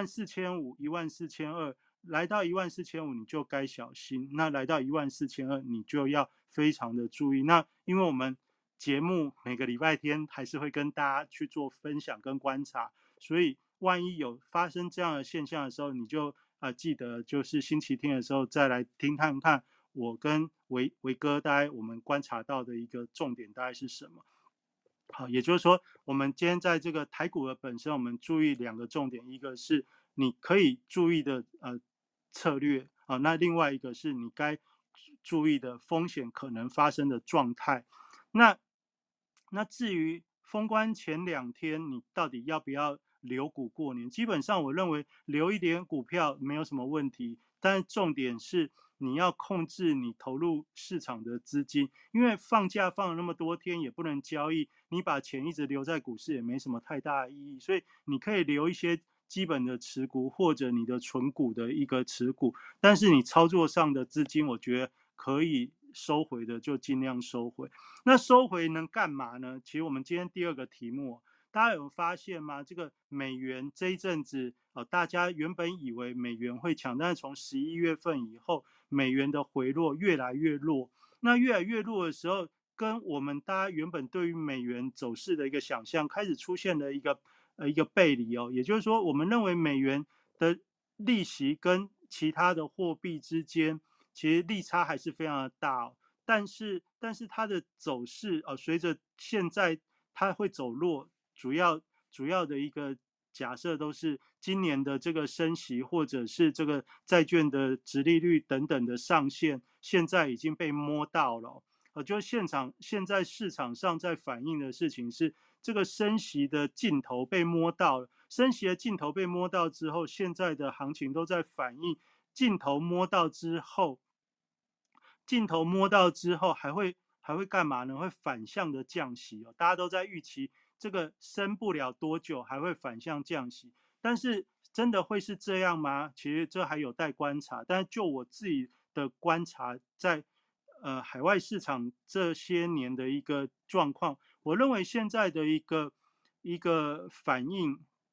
14500、14200来到14500，你就该小心；那来到14200，你就要非常的注意。那因为我们节目每个礼拜天还是会跟大家去做分享跟观察，所以万一有发生这样的现象的时候，你就记得就是星期天的时候再来听看看我跟维哥大概我们观察到的一个重点大概是什么。好，也就是说，我们今天在这个台股的本身，我们注意2个重点，一个是你可以注意的策略啊，那另外一个是你该注意的风险可能发生的状态。那至于封关前2天，你到底要不要留股过年？基本上我认为留一点股票没有什么问题，但是重点是你要控制你投入市场的资金，因为放假放了那么多天也不能交易，你把钱一直留在股市也没什么太大的意义，所以你可以留一些基本的持股或者你的存股的一个持股，但是你操作上的资金，我觉得可以收回的就尽量收回。那收回能干嘛呢？其实我们今天第2个题目，大家有发现吗？这个美元这一阵子大家原本以为美元会强，但是从11月份以后，美元的回落越来越弱。那越来越弱的时候，跟我们大家原本对于美元走势的一个想象，开始出现了一个背离哦。也就是说，我们认为美元的利息跟其他的货币之间，其实利差还是非常的大哦。但是它的走势随着现在它会走弱，主要的一个假设都是今年的这个升息或者是这个债券的殖利率等等的上限，现在已经被摸到了。就现在市场上在反映的事情是，这个升息的尽头被摸到了。升息的尽头被摸到之后，现在的行情都在反映尽头摸到之后。镜头摸到之后还会干嘛呢？会反向的降息哦。大家都在预期这个升不了多久还会反向降息，但是真的会是这样吗？其实这还有待观察。但是就我自己的观察，在海外市场这些年的一个状况，我认为现在的一个反应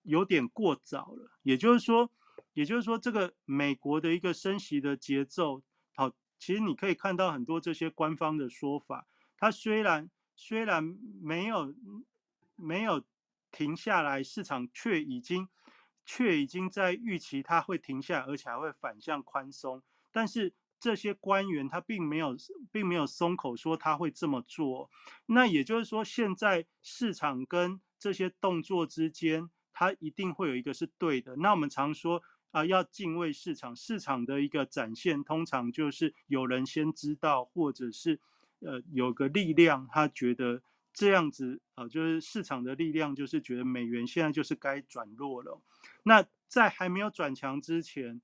有点过早了。也就是说，这个美国的一个升息的节奏，好，其实你可以看到很多这些官方的说法，它虽然没有停下来，市场却已经在预期它会停下来，而且还会反向宽松。但是这些官员他并没有松口说他会这么做。那也就是说，现在市场跟这些动作之间，它一定会有一个是对的。那我们常说要敬畏市场，市场的一个展现，通常就是有人先知道，或者是有个力量，他觉得这样子就是市场的力量，就是觉得美元现在就是该转弱了。那在还没有转强之前，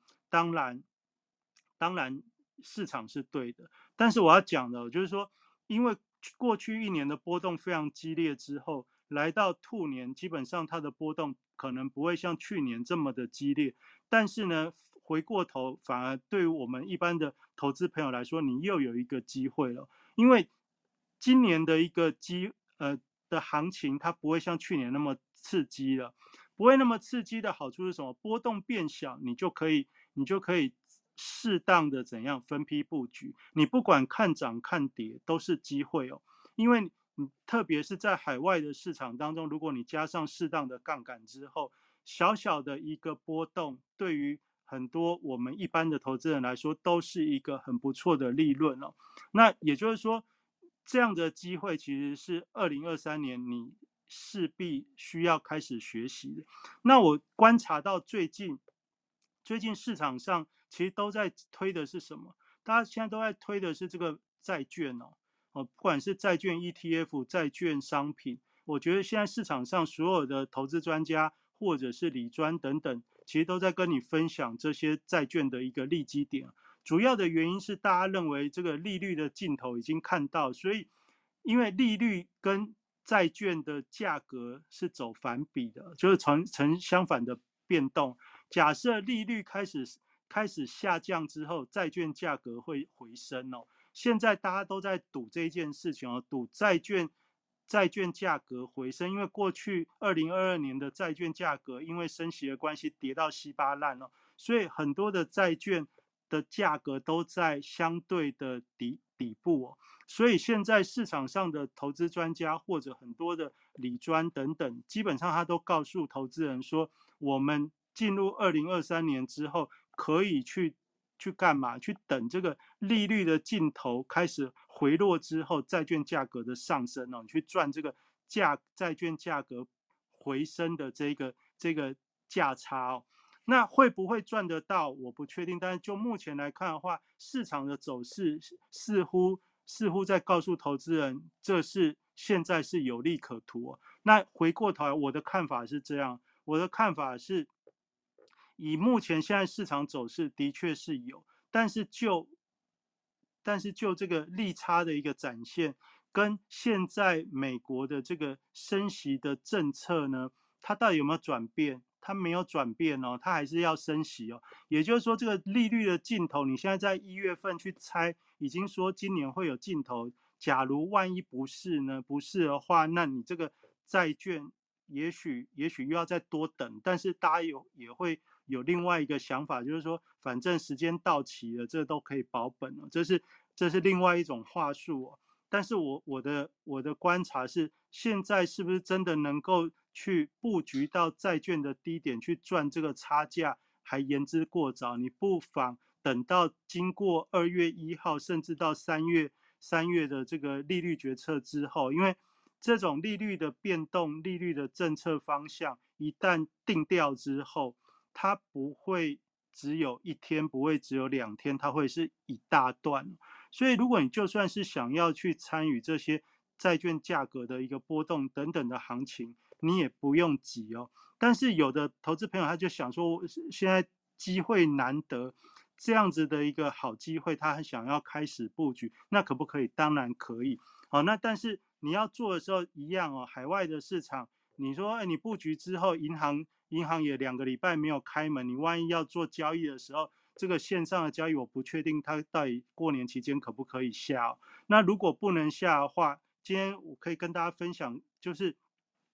当然市场是对的，但是我要讲的就是说，因为过去一年的波动非常激烈之后，来到兔年，基本上它的波动可能不会像去年这么的激烈，但是呢，回过头反而对于我们一般的投资朋友来说，你又有一个机会了，因为今年的一个的行情，它不会像去年那么刺激了。不会那么刺激的好处是什么？波动变小，你就可以适当的怎样分批布局。你不管看涨看跌都是机会哦，因为你特别是在海外的市场当中，如果你加上适当的杠杆之后，小小的一个波动，对于很多我们一般的投资人来说，都是一个很不错的利润哦。那也就是说，这样的机会其实是2023年你势必需要开始学习的。那我观察到最近市场上其实都在推的是什么？大家现在都在推的是这个债券不管是债券 ETF、债券商品，我觉得现在市场上所有的投资专家或者是理专等等，其实都在跟你分享这些债券的一个利基点。主要的原因是大家认为这个利率的尽头已经看到，所以因为利率跟债券的价格是走反比的，就是呈相反的变动。假设利率开始下降之后，债券价格会回升哦。现在大家都在赌这件事情哦，赌债券价格回升，因为过去2022年的债券价格因为升息的关系跌到稀巴烂了，所以很多的债券的价格都在相对的底部哦。所以现在市场上的投资专家或者很多的理专等等，基本上他都告诉投资人说，我们进入2023年之后，可以去干嘛？去等这个利率的尽头开始回落之后，债券价格的上升哦，你去赚这个债券价格回升的这个价差哦。那会不会赚得到？我不确定。但是就目前来看的话，市场的走势似乎在告诉投资人，现在是有利可图哦。那回过头来，我的看法是这样，我的看法是，以目前现在市场走势的确是有，但是就这个利差的一个展现，跟现在美国的这个升息的政策呢，它到底有没有转变？它没有转变哦，它还是要升息哦。也就是说，这个利率的尽头，你现在在1月份去猜，已经说今年会有尽头。假如万一不是呢？不是的话，那你这个债券也许又要再多等。但是大家也会有另外一个想法，就是说，反正时间到期了，这都可以保本了，这是另外一种话术哦。但是我的观察是，现在是不是真的能够去布局到债券的低点去赚这个差价，还言之过早。你不妨等到经过2月1号，甚至到3月的这个利率决策之后，因为这种利率的变动、利率的政策方向一旦定调之后，它不会只有一天，不会只有2天，它会是一大段。所以，如果你就算是想要去参与这些债券价格的一个波动等等的行情，你也不用急哦。但是有的投资朋友他就想说，现在机会难得，这样子的一个好机会，他很想要开始布局，那可不可以？当然可以。好，那但是你要做的时候一样哦，海外的市场，你说，哎，你布局之后，银行也2个礼拜没有开门，你万一要做交易的时候，这个线上的交易我不确定它到底过年期间可不可以下哦。那如果不能下的话，今天我可以跟大家分享，就是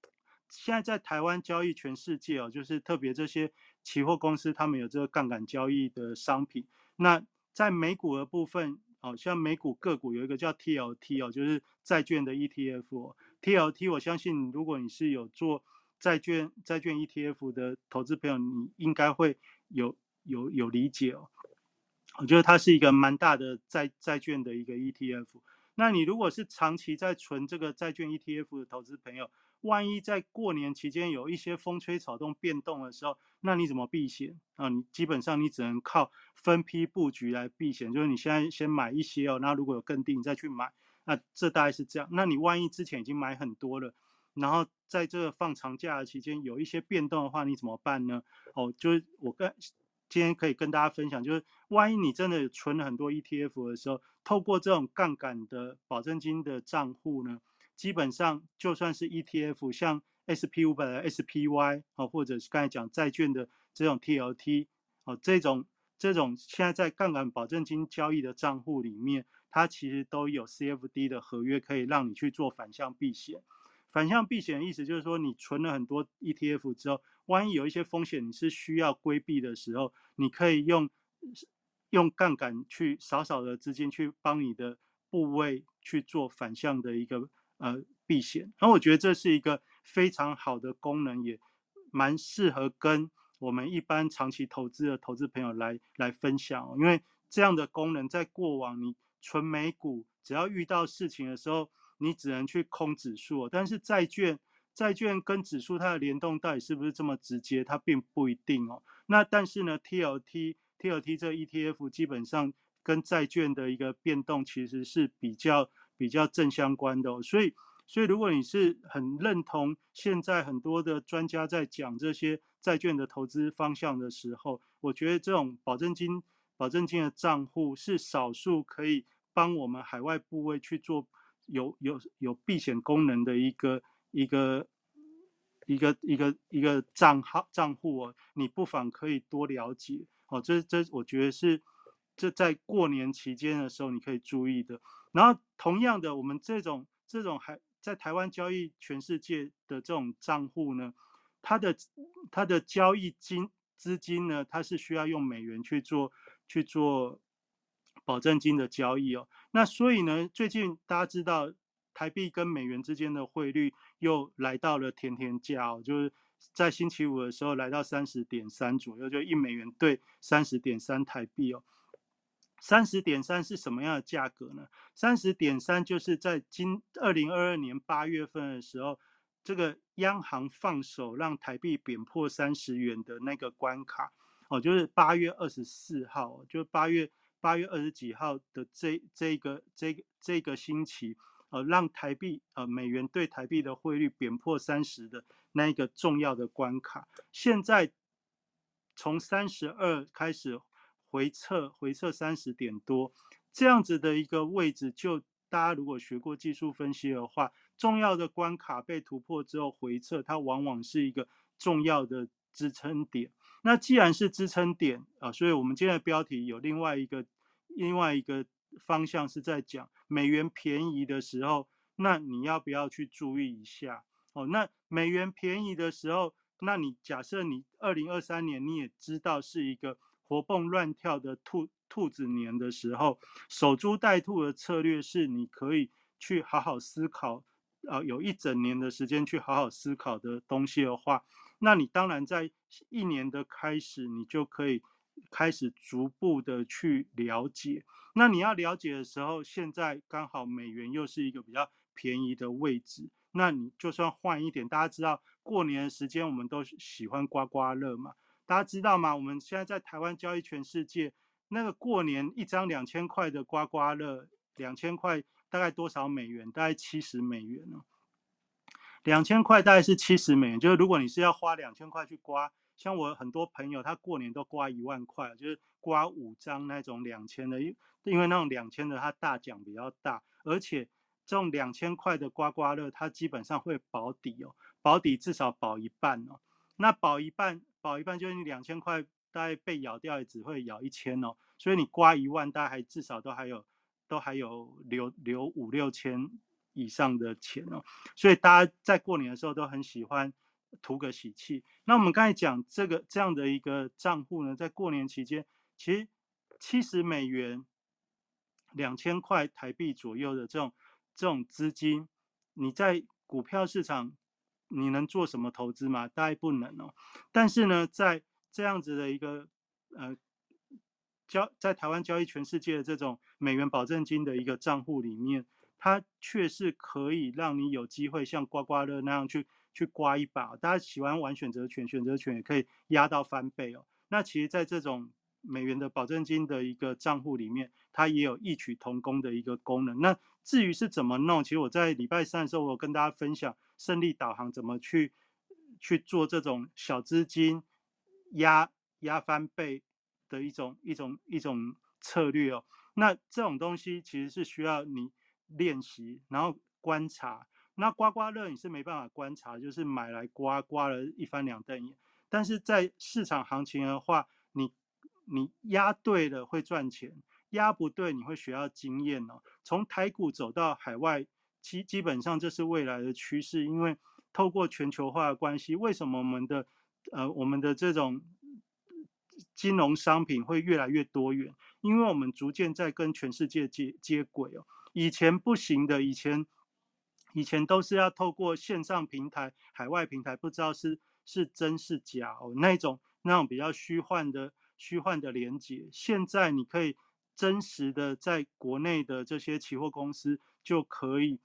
现在在台湾交易全世界哦，就是特别这些期货公司，他们有这个杠杆交易的商品。那在美股的部分，像美股个股有一个叫 TLT 哦，就是债券的 ETF 哦。TLT 我相信，如果你是有做债券 ETF 的投资朋友，你应该会有理解哦。我觉得它是一个蛮大的债券的一个 ETF。那你如果是长期在存这个债券 ETF 的投资朋友，万一在过年期间有一些风吹草动变动的时候，那你怎么避险啊？你基本上你只能靠分批布局来避险，就是你现在先买一些哦，那如果有更低你再去买，那这大概是这样。那你万一之前已经买很多了，然后在这个放长假的期间有一些变动的话，你怎么办呢？就是今天可以跟大家分享，就是万一你真的存了很多 ETF 的时候，透过这种杠杆的保证金的账户呢，基本上就算是 ETF，像 SP500的 SPY 或者是刚才讲债券的这种 TLT 这种现在在杠杆保证金交易的账户里面，它其实都有 CFD 的合约可以让你去做反向避险。反向避险的意思就是说，你存了很多 ETF 之后，万一有一些风险你是需要规避的时候，你可以用杠杆去少少的资金去帮你的部位去做反向的一个避险。然后我觉得这是一个非常好的功能，也蛮适合跟我们一般长期投资的投资朋友来分享，因为这样的功能在过往你存美股，只要遇到事情的时候，你只能去空指数，但是债券跟指数它的联动到底是不是这么直接，它并不一定哦。那但是呢，TLT 这 ETF 基本上跟债券的一个变动其实是比较正相关的哦。所以如果你是很认同现在很多的专家在讲这些债券的投资方向的时候，我觉得这种保证金的账户是少数可以帮我们海外部位去做有避险功能的一个账户哦，你不妨可以多了解哦。这我觉得是这在过年期间的时候你可以注意的。然后同样的，我们这种还在台湾交易全世界的这种账户呢，它的交易资金呢，它是需要用美元去做保证金的交易哦。那所以呢，最近大家知道台币跟美元之间的汇率又来到了甜甜价哦，就是在星期五的时候来到30.3左右，就1美元兑30.3台币哦。30.3是什么样的价格呢？30.3就是在2022年8月份的时候，这个央行放手让台币贬破30元的那个关卡哦，就是8月24号，就八月20几号的这个星期，让台币美元对台币的汇率贬破30的那一个重要的关卡。现在从32开始回撤30点多，这样子的一个位置，就大家如果学过技术分析的话，重要的关卡被突破之后回撤，它往往是一个重要的支撑点。那既然是支撑点啊，所以我们今天的标题有另外一个方向是在讲美元便宜的时候，那你要不要去注意一下？那美元便宜的时候，那你假设你2023年你也知道是一个活蹦乱跳的兔子年的时候，守株待兔的策略是你可以去好好思考，有一整年的时间去好好思考的东西的话，那你当然在一年的开始，你就可以开始逐步的去了解。那你要了解的时候，现在刚好美元又是一个比较便宜的位置，那你就算换一点，大家知道过年的时间我们都喜欢刮刮乐嘛，大家知道吗？我们现在在台湾交易全世界，那个过年一张2000块的刮刮乐，2000块大概多少美元？大概70美元哦。2000块大概是70美元，就是如果你是要花2000块去刮，像我很多朋友他过年都刮10000块，就是刮5张那种2000的，因为那种2000的它大奖比较大，而且这种2000块的刮刮乐它基本上会保底哦，保底至少保一半哦。那保一半就是你2000块大概被咬掉也只会咬1000哦，所以你刮1万大概至少都还有留5、6千以上的钱哦，所以大家在过年的时候都很喜欢图个喜气。那我们刚才讲这样的一个账户呢，在过年期间，其实$702000块币左右的这种资金，你在股票市场你能做什么投资吗？大概不能哦。但是呢，在这样子的一个在台湾交易全世界的这种美元保证金的一个账户里面，它却是可以让你有机会像刮刮乐那样去刮一把。大家喜欢玩选择权，选择权也可以压到翻倍哦。那其实，在这种美元的保证金的一个账户里面，它也有异曲同工的一个功能。那至于是怎么弄，其实我在礼拜三的时候，我有跟大家分享胜利导航怎么去做这种小资金压翻倍的一种策略哦。那这种东西其实是需要你练习，然后观察。那刮刮乐你是没办法观察，就是买来刮了一翻两瞪眼。但是在市场行情的话，你压对了会赚钱，压不对你会学到经验哦。从台股走到海外，基本上这是未来的趋势，因为透过全球化的关系，为什么我们的这种金融商品会越来越多元？因为我们逐渐在跟全世界接轨哦。以前不行的，以前都是要透过线上平台、海外平台，不知道是真是假哦，那种比较虚幻的连接。现在你可以真实的在国内的这些期货公司就可以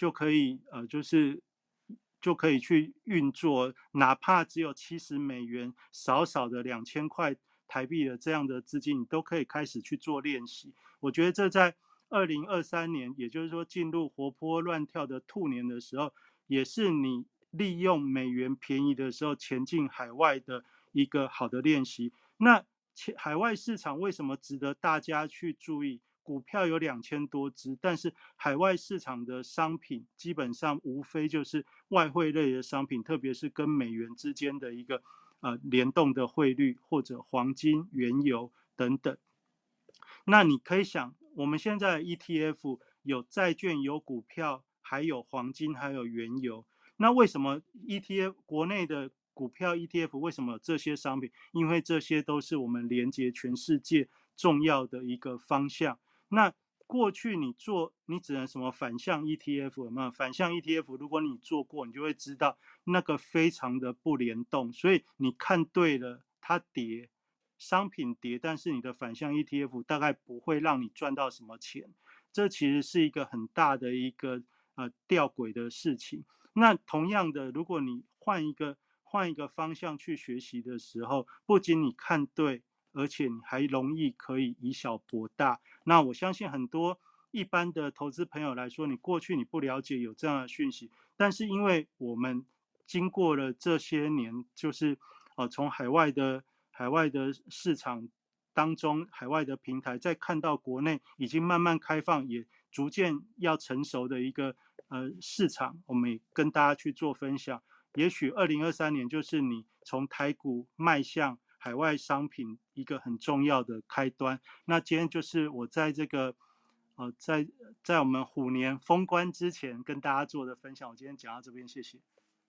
去运作，哪怕只有$70，少少的2000块台币的这样的资金，你都可以开始去做练习。我觉得这在2023年，也就是说进入活泼乱跳的兔年的时候，也是你利用美元便宜的时候前进海外的一个好的练习。那海外市场为什么值得大家去注意？股票有2000多只，但是海外市场的商品基本上无非就是外汇类的商品，特别是跟美元之间的一个联动的汇率，或者黄金、原油等等。那你可以想，我们现在的 ETF 有债券、有股票，还有黄金，还有原油。那为什么 ETF 国内的股票 ETF 为什么有这些商品？因为这些都是我们连接全世界重要的一个方向。那过去你只能什么反向 ETF 有没有？反向 ETF 如果你做过，你就会知道那个非常的不联动，所以你看对了它跌，商品跌，但是你的反向 ETF 大概不会让你赚到什么钱。这其实是一个很大的一个吊诡的事情。那同样的，如果你换一个方向去学习的时候，不仅你看对，而且你还容易可以以小博大。那我相信很多一般的投资朋友来说，你过去你不了解有这样的讯息，但是因为我们经过了这些年，就是从海外的市场当中，海外的平台再看到国内已经慢慢开放，也逐渐要成熟的一个市场，我们也跟大家去做分享。也许2023年就是你从台股迈向海外商品一个很重要的开端。那今天就是我在这个在我们虎年封关之前跟大家做的分享。我今天讲到这边，谢谢。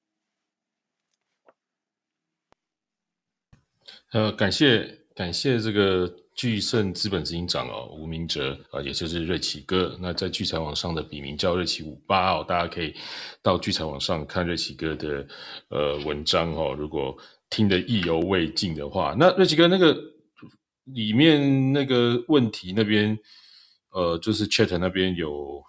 感谢这个巨盛资本执行长吴明哲也就是瑞奇哥。那在聚财网上的笔名叫瑞奇58大家可以到聚财网上看瑞奇哥的文章如果听得意犹未尽的话，那瑞奇哥那个里面那个问题那边就是 chat 那边有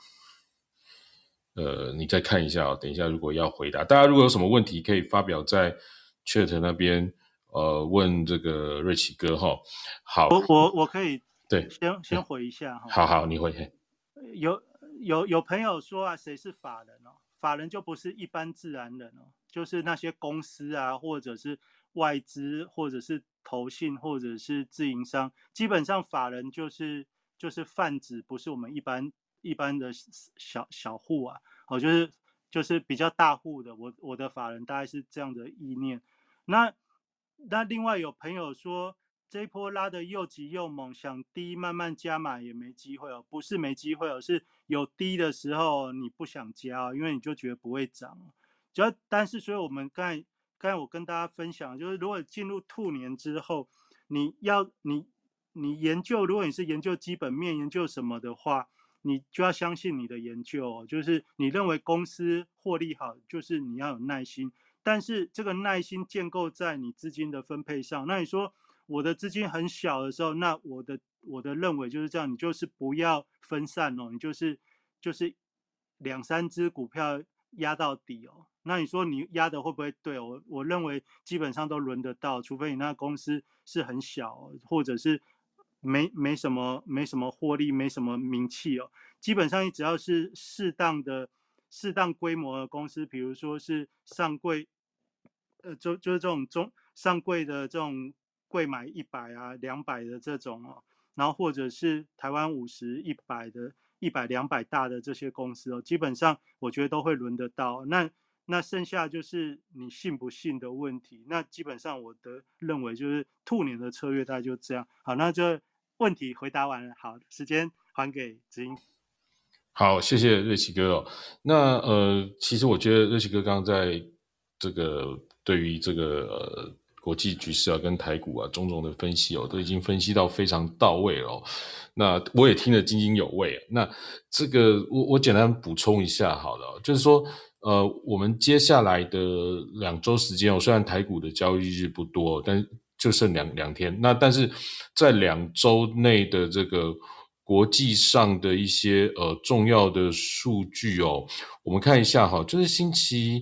你再看一下等一下如果要回答，大家如果有什么问题可以发表在 chat 那边问这个瑞奇哥好， 我可以对先回一下好，你回。 有朋友说啊，谁是法人哦？法人就不是一般自然人哦，就是那些公司啊，或者是外资，或者是投信，或者是自营商，基本上法人就是泛指，不是我们一般的小户啊，就是比较大户的。我的法人大概是这样的意念。那另外有朋友说， 这一波拉得又急又猛，想低慢慢加码也没机会哦，不是没机会哦，是有低的时候你不想加哦，因为你就觉得不会涨哦。但是所以我们刚才我跟大家分享，就是如果进入兔年之后，你研究，如果你是研究基本面、研究什么的话，你就要相信你的研究哦，就是你认为公司获利好，就是你要有耐心，但是这个耐心建构在你资金的分配上。那你说我的资金很小的时候，那我的认为就是这样，你就是不要分散哦，你就是2、3只股票压到底哦。那你说你压的会不会对哦？我认为基本上都轮得到，除非你那公司是很小哦，或者是没什么获利，没什么名气哦。基本上你只要是适当规模的公司，比如说是上柜，就是这种上柜的这种柜买100啊、200的这种哦，然后或者是台湾50、100的100、200大的这些公司哦，基本上我觉得都会轮得到。那剩下就是你信不信的问题。那基本上我的认为就是兔年的策略大概就这样。好，那这问题回答完了，好，时间还给子英。 好，谢谢瑞奇哥哦。那其实我觉得瑞奇哥刚刚在这个对于这个国际局势啊跟台股啊种种的分析哦，都已经分析到非常到位了哦。那我也听得津津有味。那这个我简单补充一下好了，就是说我们接下来的2周时间哦，虽然台股的交易日不多，但就剩两天。那但是在2周内的这个国际上的一些重要的数据哦，我们看一下哈，就是星期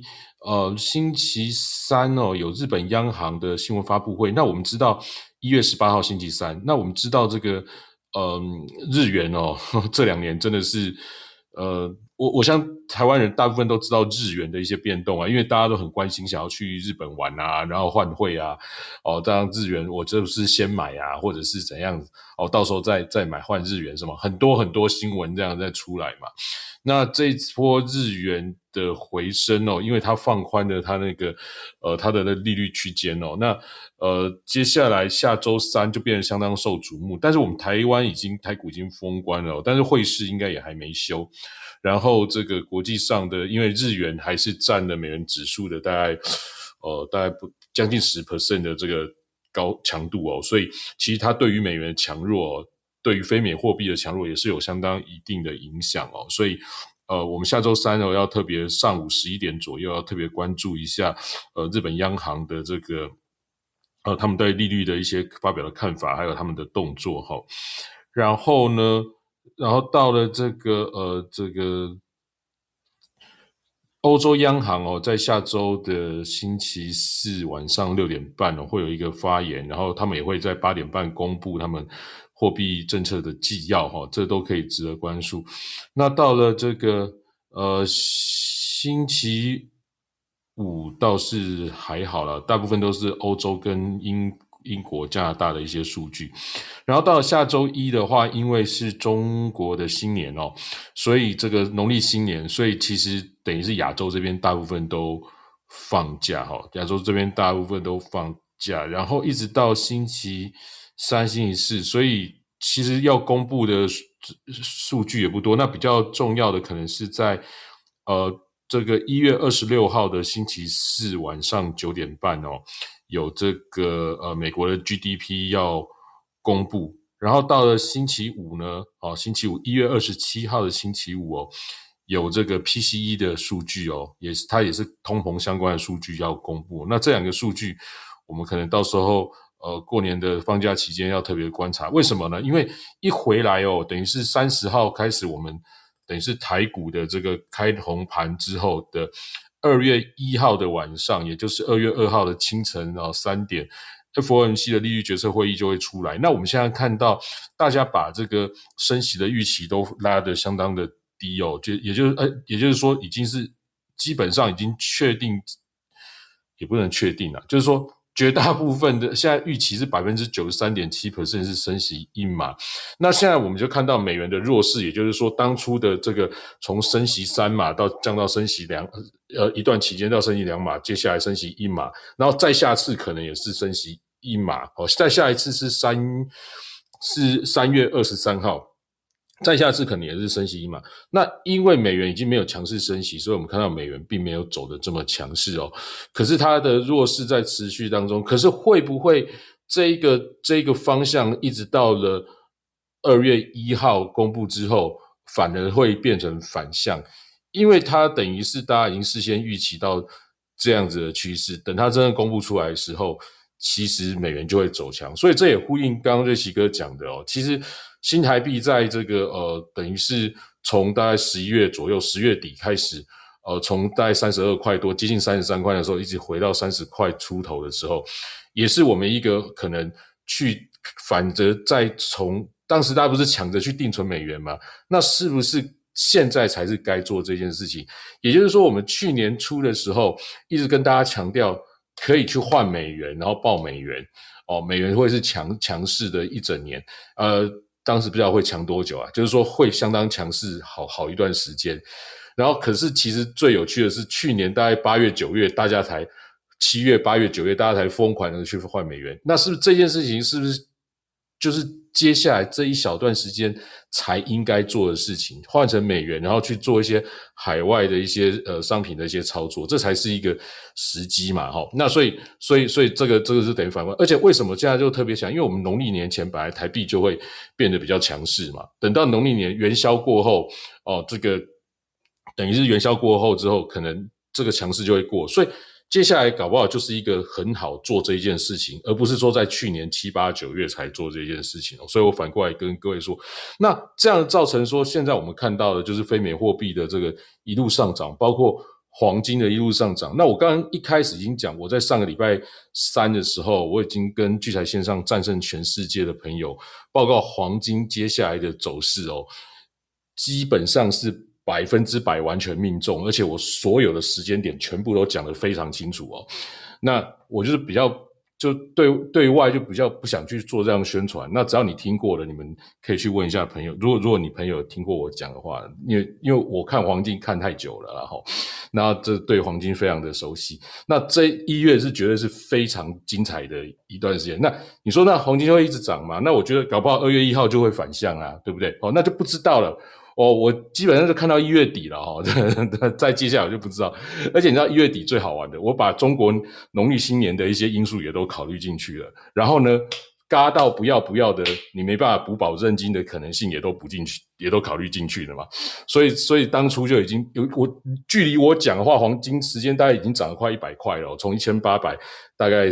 三哦，有日本央行的新闻发布会。那我们知道1月18号星期三，那我们知道这个日元哦，这2年真的是我相信台湾人大部分都知道日元的一些变动啊，因为大家都很关心，想要去日本玩啊，然后换汇啊，哦，这样日元我就是先买啊，或者是怎样哦，到时候再买换日元什么，很多很多新闻这样在出来嘛。那这一波日元的回升哦，因为它放宽了它那个它的利率区间哦，那接下来下周3就变得相当受瞩目。但是我们台股已经封关了哦，但是汇市应该也还没休。然后这个国际上的，因为日元还是占了美元指数的大概将近 10% 的这个高强度哦，所以其实它对于美元的强弱哦，对于非美货币的强弱也是有相当一定的影响哦，所以我们下周3哦要特别上午11点左右要特别关注一下日本央行的这个他们对利率的一些发表的看法，还有他们的动作哈。然后到了这个欧洲央行哦，在下周的星期4晚上6点半哦，会有一个发言，然后他们也会在8点半公布他们货币政策的纪要哈，这都可以值得关注。那到了这个星期5倒是还好啦，大部分都是欧洲跟英国、加拿大的一些数据。然后到了下周1的话，因为是中国的新年哦，所以这个农历新年，所以其实等于是亚洲这边大部分都放假哈，亚洲这边大部分都放假，然后一直到星期3、星期4，所以其实要公布的数据也不多。那比较重要的可能是在这个1月26号的星期4晚上9点半哦，有这个美国的 GDP 要公布，然后到了星期5呢，星期5 1月27号的星期5哦，有这个 PCE 的数据哦，它也是通膨相关的数据要公布。那这2个数据，我们可能到时候过年的放假期间要特别观察。为什么呢？因为一回来哦，等于是30号开始，我们等于是台股的这个开红盘之后的2月1号的晚上，也就是2月2号的清晨3点。FOMC 的利率决策会议就会出来。那我们现在看到大家把这个升息的预期都拉得相当的低哦，也就是说已经是基本上已经确定，也不能确定啦，就是说绝大部分的现在预期是 93.7% 是升息1码。那现在我们就看到美元的弱势，也就是说当初的这个从升息3码到降到升息一段期间到升息2码，接下来升息1码，然后再下次可能也是升息一码再下一次是3月23号，再下次可能也是升息一码。那因为美元已经没有强势升息，所以我们看到美元并没有走得这么强势可是它的弱势在持续当中，可是会不会这个方向一直到了2月1号公布之后，反而会变成反向？因为它等于是大家已经事先预期到这样子的趋势，等它真正公布出来的时候，其实美元就会走强。所以这也呼应刚刚瑞奇哥讲的其实新台币在这个等于是从大概11月左右10月底开始从大概32块多接近33块的时候一直回到30块出头的时候，也是我们一个可能去反着再从当时大家不是抢着去定存美元吗？那是不是现在才是该做这件事情？也就是说我们去年初的时候一直跟大家强调可以去换美元，然后报美元美元会是强势的一整年当时不知道会强多久就是说会相当强势好一段时间。然后可是其实最有趣的是去年大概8月9月大家才7月8月9月大家才疯狂的去换美元，那是不是这件事情是不是就是接下来这一小段时间才应该做的事情，换成美元，然后去做一些海外的一些商品的一些操作，这才是一个时机嘛那所以这个是等于反过来。而且为什么现在就特别想，因为我们农历年前本来台币就会变得比较强势嘛，等到农历年元宵过后这个等于是元宵过后之后，可能这个强势就会过，所以接下来搞不好就是一个很好做这一件事情，而不是说在去年7、8、9月才做这件事情所以我反过来跟各位说，那这样造成说现在我们看到的就是非美货币的这个一路上涨，包括黄金的一路上涨。那我刚刚一开始已经讲，我在上个礼拜3的时候，我已经跟聚财线上战胜全世界的朋友报告黄金接下来的走势基本上是100%完全命中，而且我所有的时间点全部都讲得非常清楚那我就是比较就对外就比较不想去做这样宣传。那只要你听过了，你们可以去问一下朋友，如果你朋友听过我讲的话，因为我看黄金看太久了那这对黄金非常的熟悉。那这1月是绝对是非常精彩的一段时间。那你说那黄金会一直涨吗？那我觉得搞不好2月1号就会反向对不对那就不知道了我基本上就看到1月底了再接下来我就不知道。而且你知道1月底最好玩的，我把中国农历新年的一些因素也都考虑进去了，然后呢嘎到不要的你没办法补保证金的可能性也都补进去，也都考虑进去了嘛。所以当初就已经距离我讲的话，黄金时间大概已经涨了快100块了从1800大概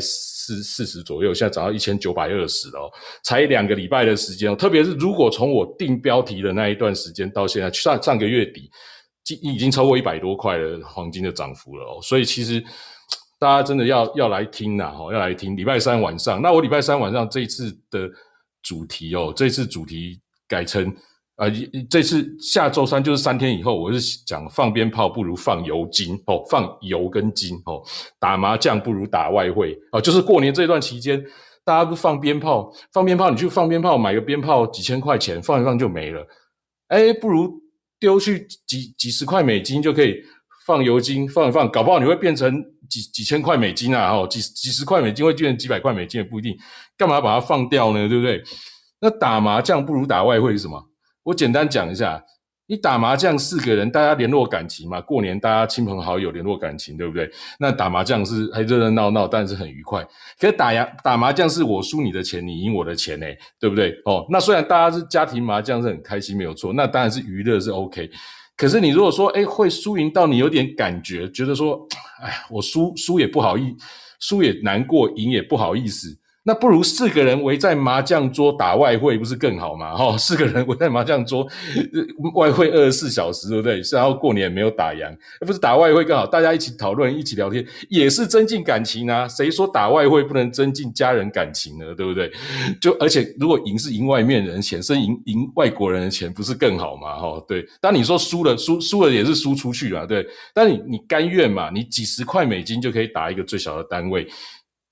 40左右，现在涨到1920了才2个礼拜的时间特别是如果从我定标题的那一段时间到现在上个月底已经超过100多块的黄金的涨幅了所以其实大家真的要来听要来听礼拜3晚上。那我礼拜3晚上这一次的主题这次主题改成这次下周3就是3天以后，我是讲放鞭炮不如放油金放油跟金打麻将不如打外汇就是过年这段期间大家不放鞭炮你去放鞭炮买个鞭炮几千块钱放一放就没了不如丢去几十块美金就可以放油金放一放，搞不好你会变成几千块美金几十块美金会变成几百块美金也不一定，干嘛把它放掉呢？对不对？那打麻将不如打外汇是什么？我简单讲一下，你打麻将4个人大家联络感情嘛，过年大家亲朋好友联络感情对不对？那打麻将是还热热闹闹但是很愉快，可是打麻将是我输你的钱你赢我的钱对不对那虽然大家是家庭麻将是很开心没有错，那当然是娱乐是 OK，可是你如果说会输赢到你有点感觉，觉得说我输也不好意思，输也难过，赢也不好意思，那不如4个人围在麻将桌打外汇不是更好吗4个人围在麻将桌外汇24小时对不对？然后过年也没有打烊，不是打外汇更好，大家一起讨论一起聊天也是增进感情谁说打外汇不能增进家人感情呢？对不对？而且如果赢是赢外面人的钱，是赢外国人的钱不是更好吗对，当你说输了也是输出去对，但你甘愿嘛，你几十块美金就可以打一个最小的单位，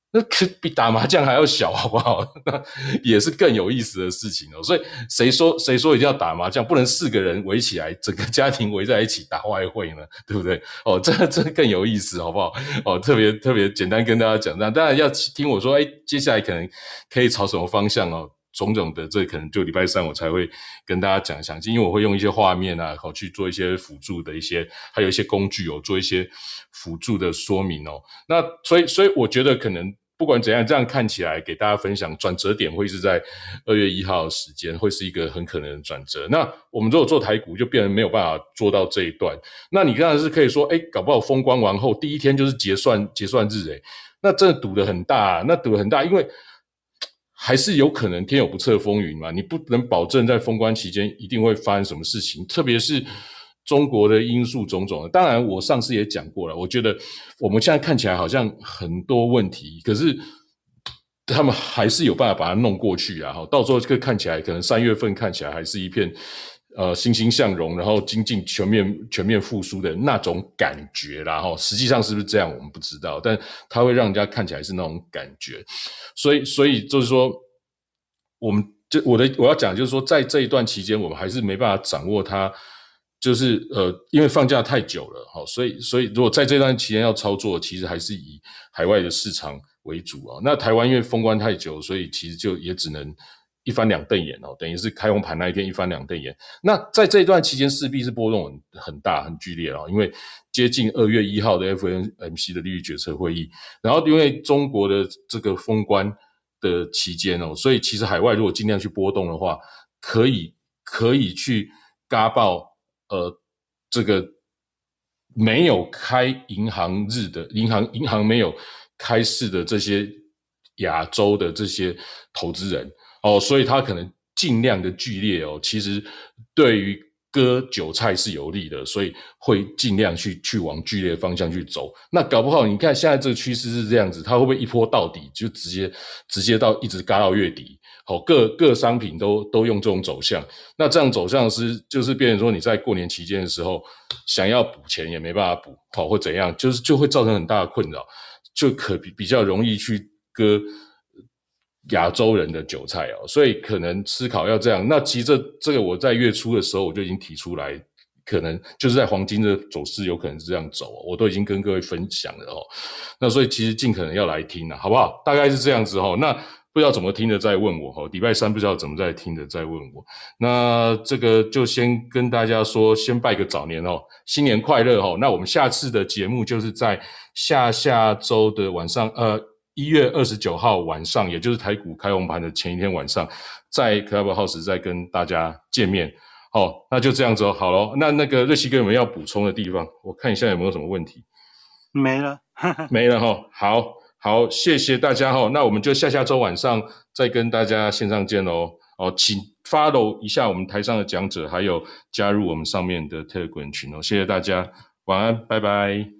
那比打麻将还要小，好不好？那也是更有意思的事情哦。所以谁说一定要打麻将，不能4个人围起来，整个家庭围在一起打外汇呢？对不对？哦，这更有意思，好不好？哦，特别简单跟大家讲，当然要听我说，接下来可能可以朝什么方向哦。种种的，这可能就礼拜3我才会跟大家讲详细，因为我会用一些画面啊，去做一些辅助的还有一些工具做一些辅助的说明哦。那所以我觉得可能不管怎样，这样看起来给大家分享，转折点会是在2月1号的时间，会是一个很可能的转折。那我们如果做台股，就变成没有办法做到这一段。那你当然是可以说，搞不好封关完后第一天就是结算日，那真的赌得很大，因为还是有可能天有不测风云嘛，你不能保证在封关期间一定会发生什么事情，特别是中国的因素种种的。当然我上次也讲过了，我觉得我们现在看起来好像很多问题，可是他们还是有办法把它弄过去啊，到时候看起来可能3月份看起来还是一片欣欣向荣，然后经济全面复苏的那种感觉啦，实际上是不是这样我们不知道，但它会让人家看起来是那种感觉。所以就是说，我要讲就是说，在这一段期间，我们还是没办法掌握它，就是因为放假太久了，所以如果在这段期间要操作，其实还是以海外的市场为主啊。那台湾因为封关太久，所以其实就也只能一翻两瞪眼等于是开红盘那一天一翻两瞪眼。那在这一段期间势必是波动很大很剧烈因为接近2月1号的 FOMC 的利率决策会议，然后因为中国的这个封关的期间所以其实海外如果尽量去波动的话，可以去嘎爆这个没有开银行日的银行没有开市的这些亚洲的这些投资人所以他可能尽量的剧烈其实对于割韭菜是有利的，所以会尽量去往剧烈的方向去走。那搞不好你看现在这个趋势是这样子，它会不会一波到底就直接到一直嘎到月底各商品都用这种走向。那这样走向就是变成说你在过年期间的时候想要补钱也没办法补或怎样，就会造成很大的困扰，就比较容易去割亚洲人的韭菜所以可能思考要这样。那其实这个我在月初的时候我就已经提出来，可能就是在黄金的走势有可能是这样走我都已经跟各位分享了那所以其实尽可能要来听好不好？大概是这样子那不知道怎么听的再问我礼拜3不知道怎么再听的再问我。那这个就先跟大家说，先拜个早年新年快乐那我们下次的节目就是在下周的晚上1月29号晚上，也就是台股开红盘的前一天晚上，在 Clubhouse 再跟大家见面那就这样子好咯。那个瑞希哥有没有要补充的地方？我看一下有没有什么问题。 没了没了好谢谢大家那我们就下周晚上再跟大家线上见咯请 follow 一下我们台上的讲者，还有加入我们上面的 Telegram 群谢谢大家，晚安，拜拜。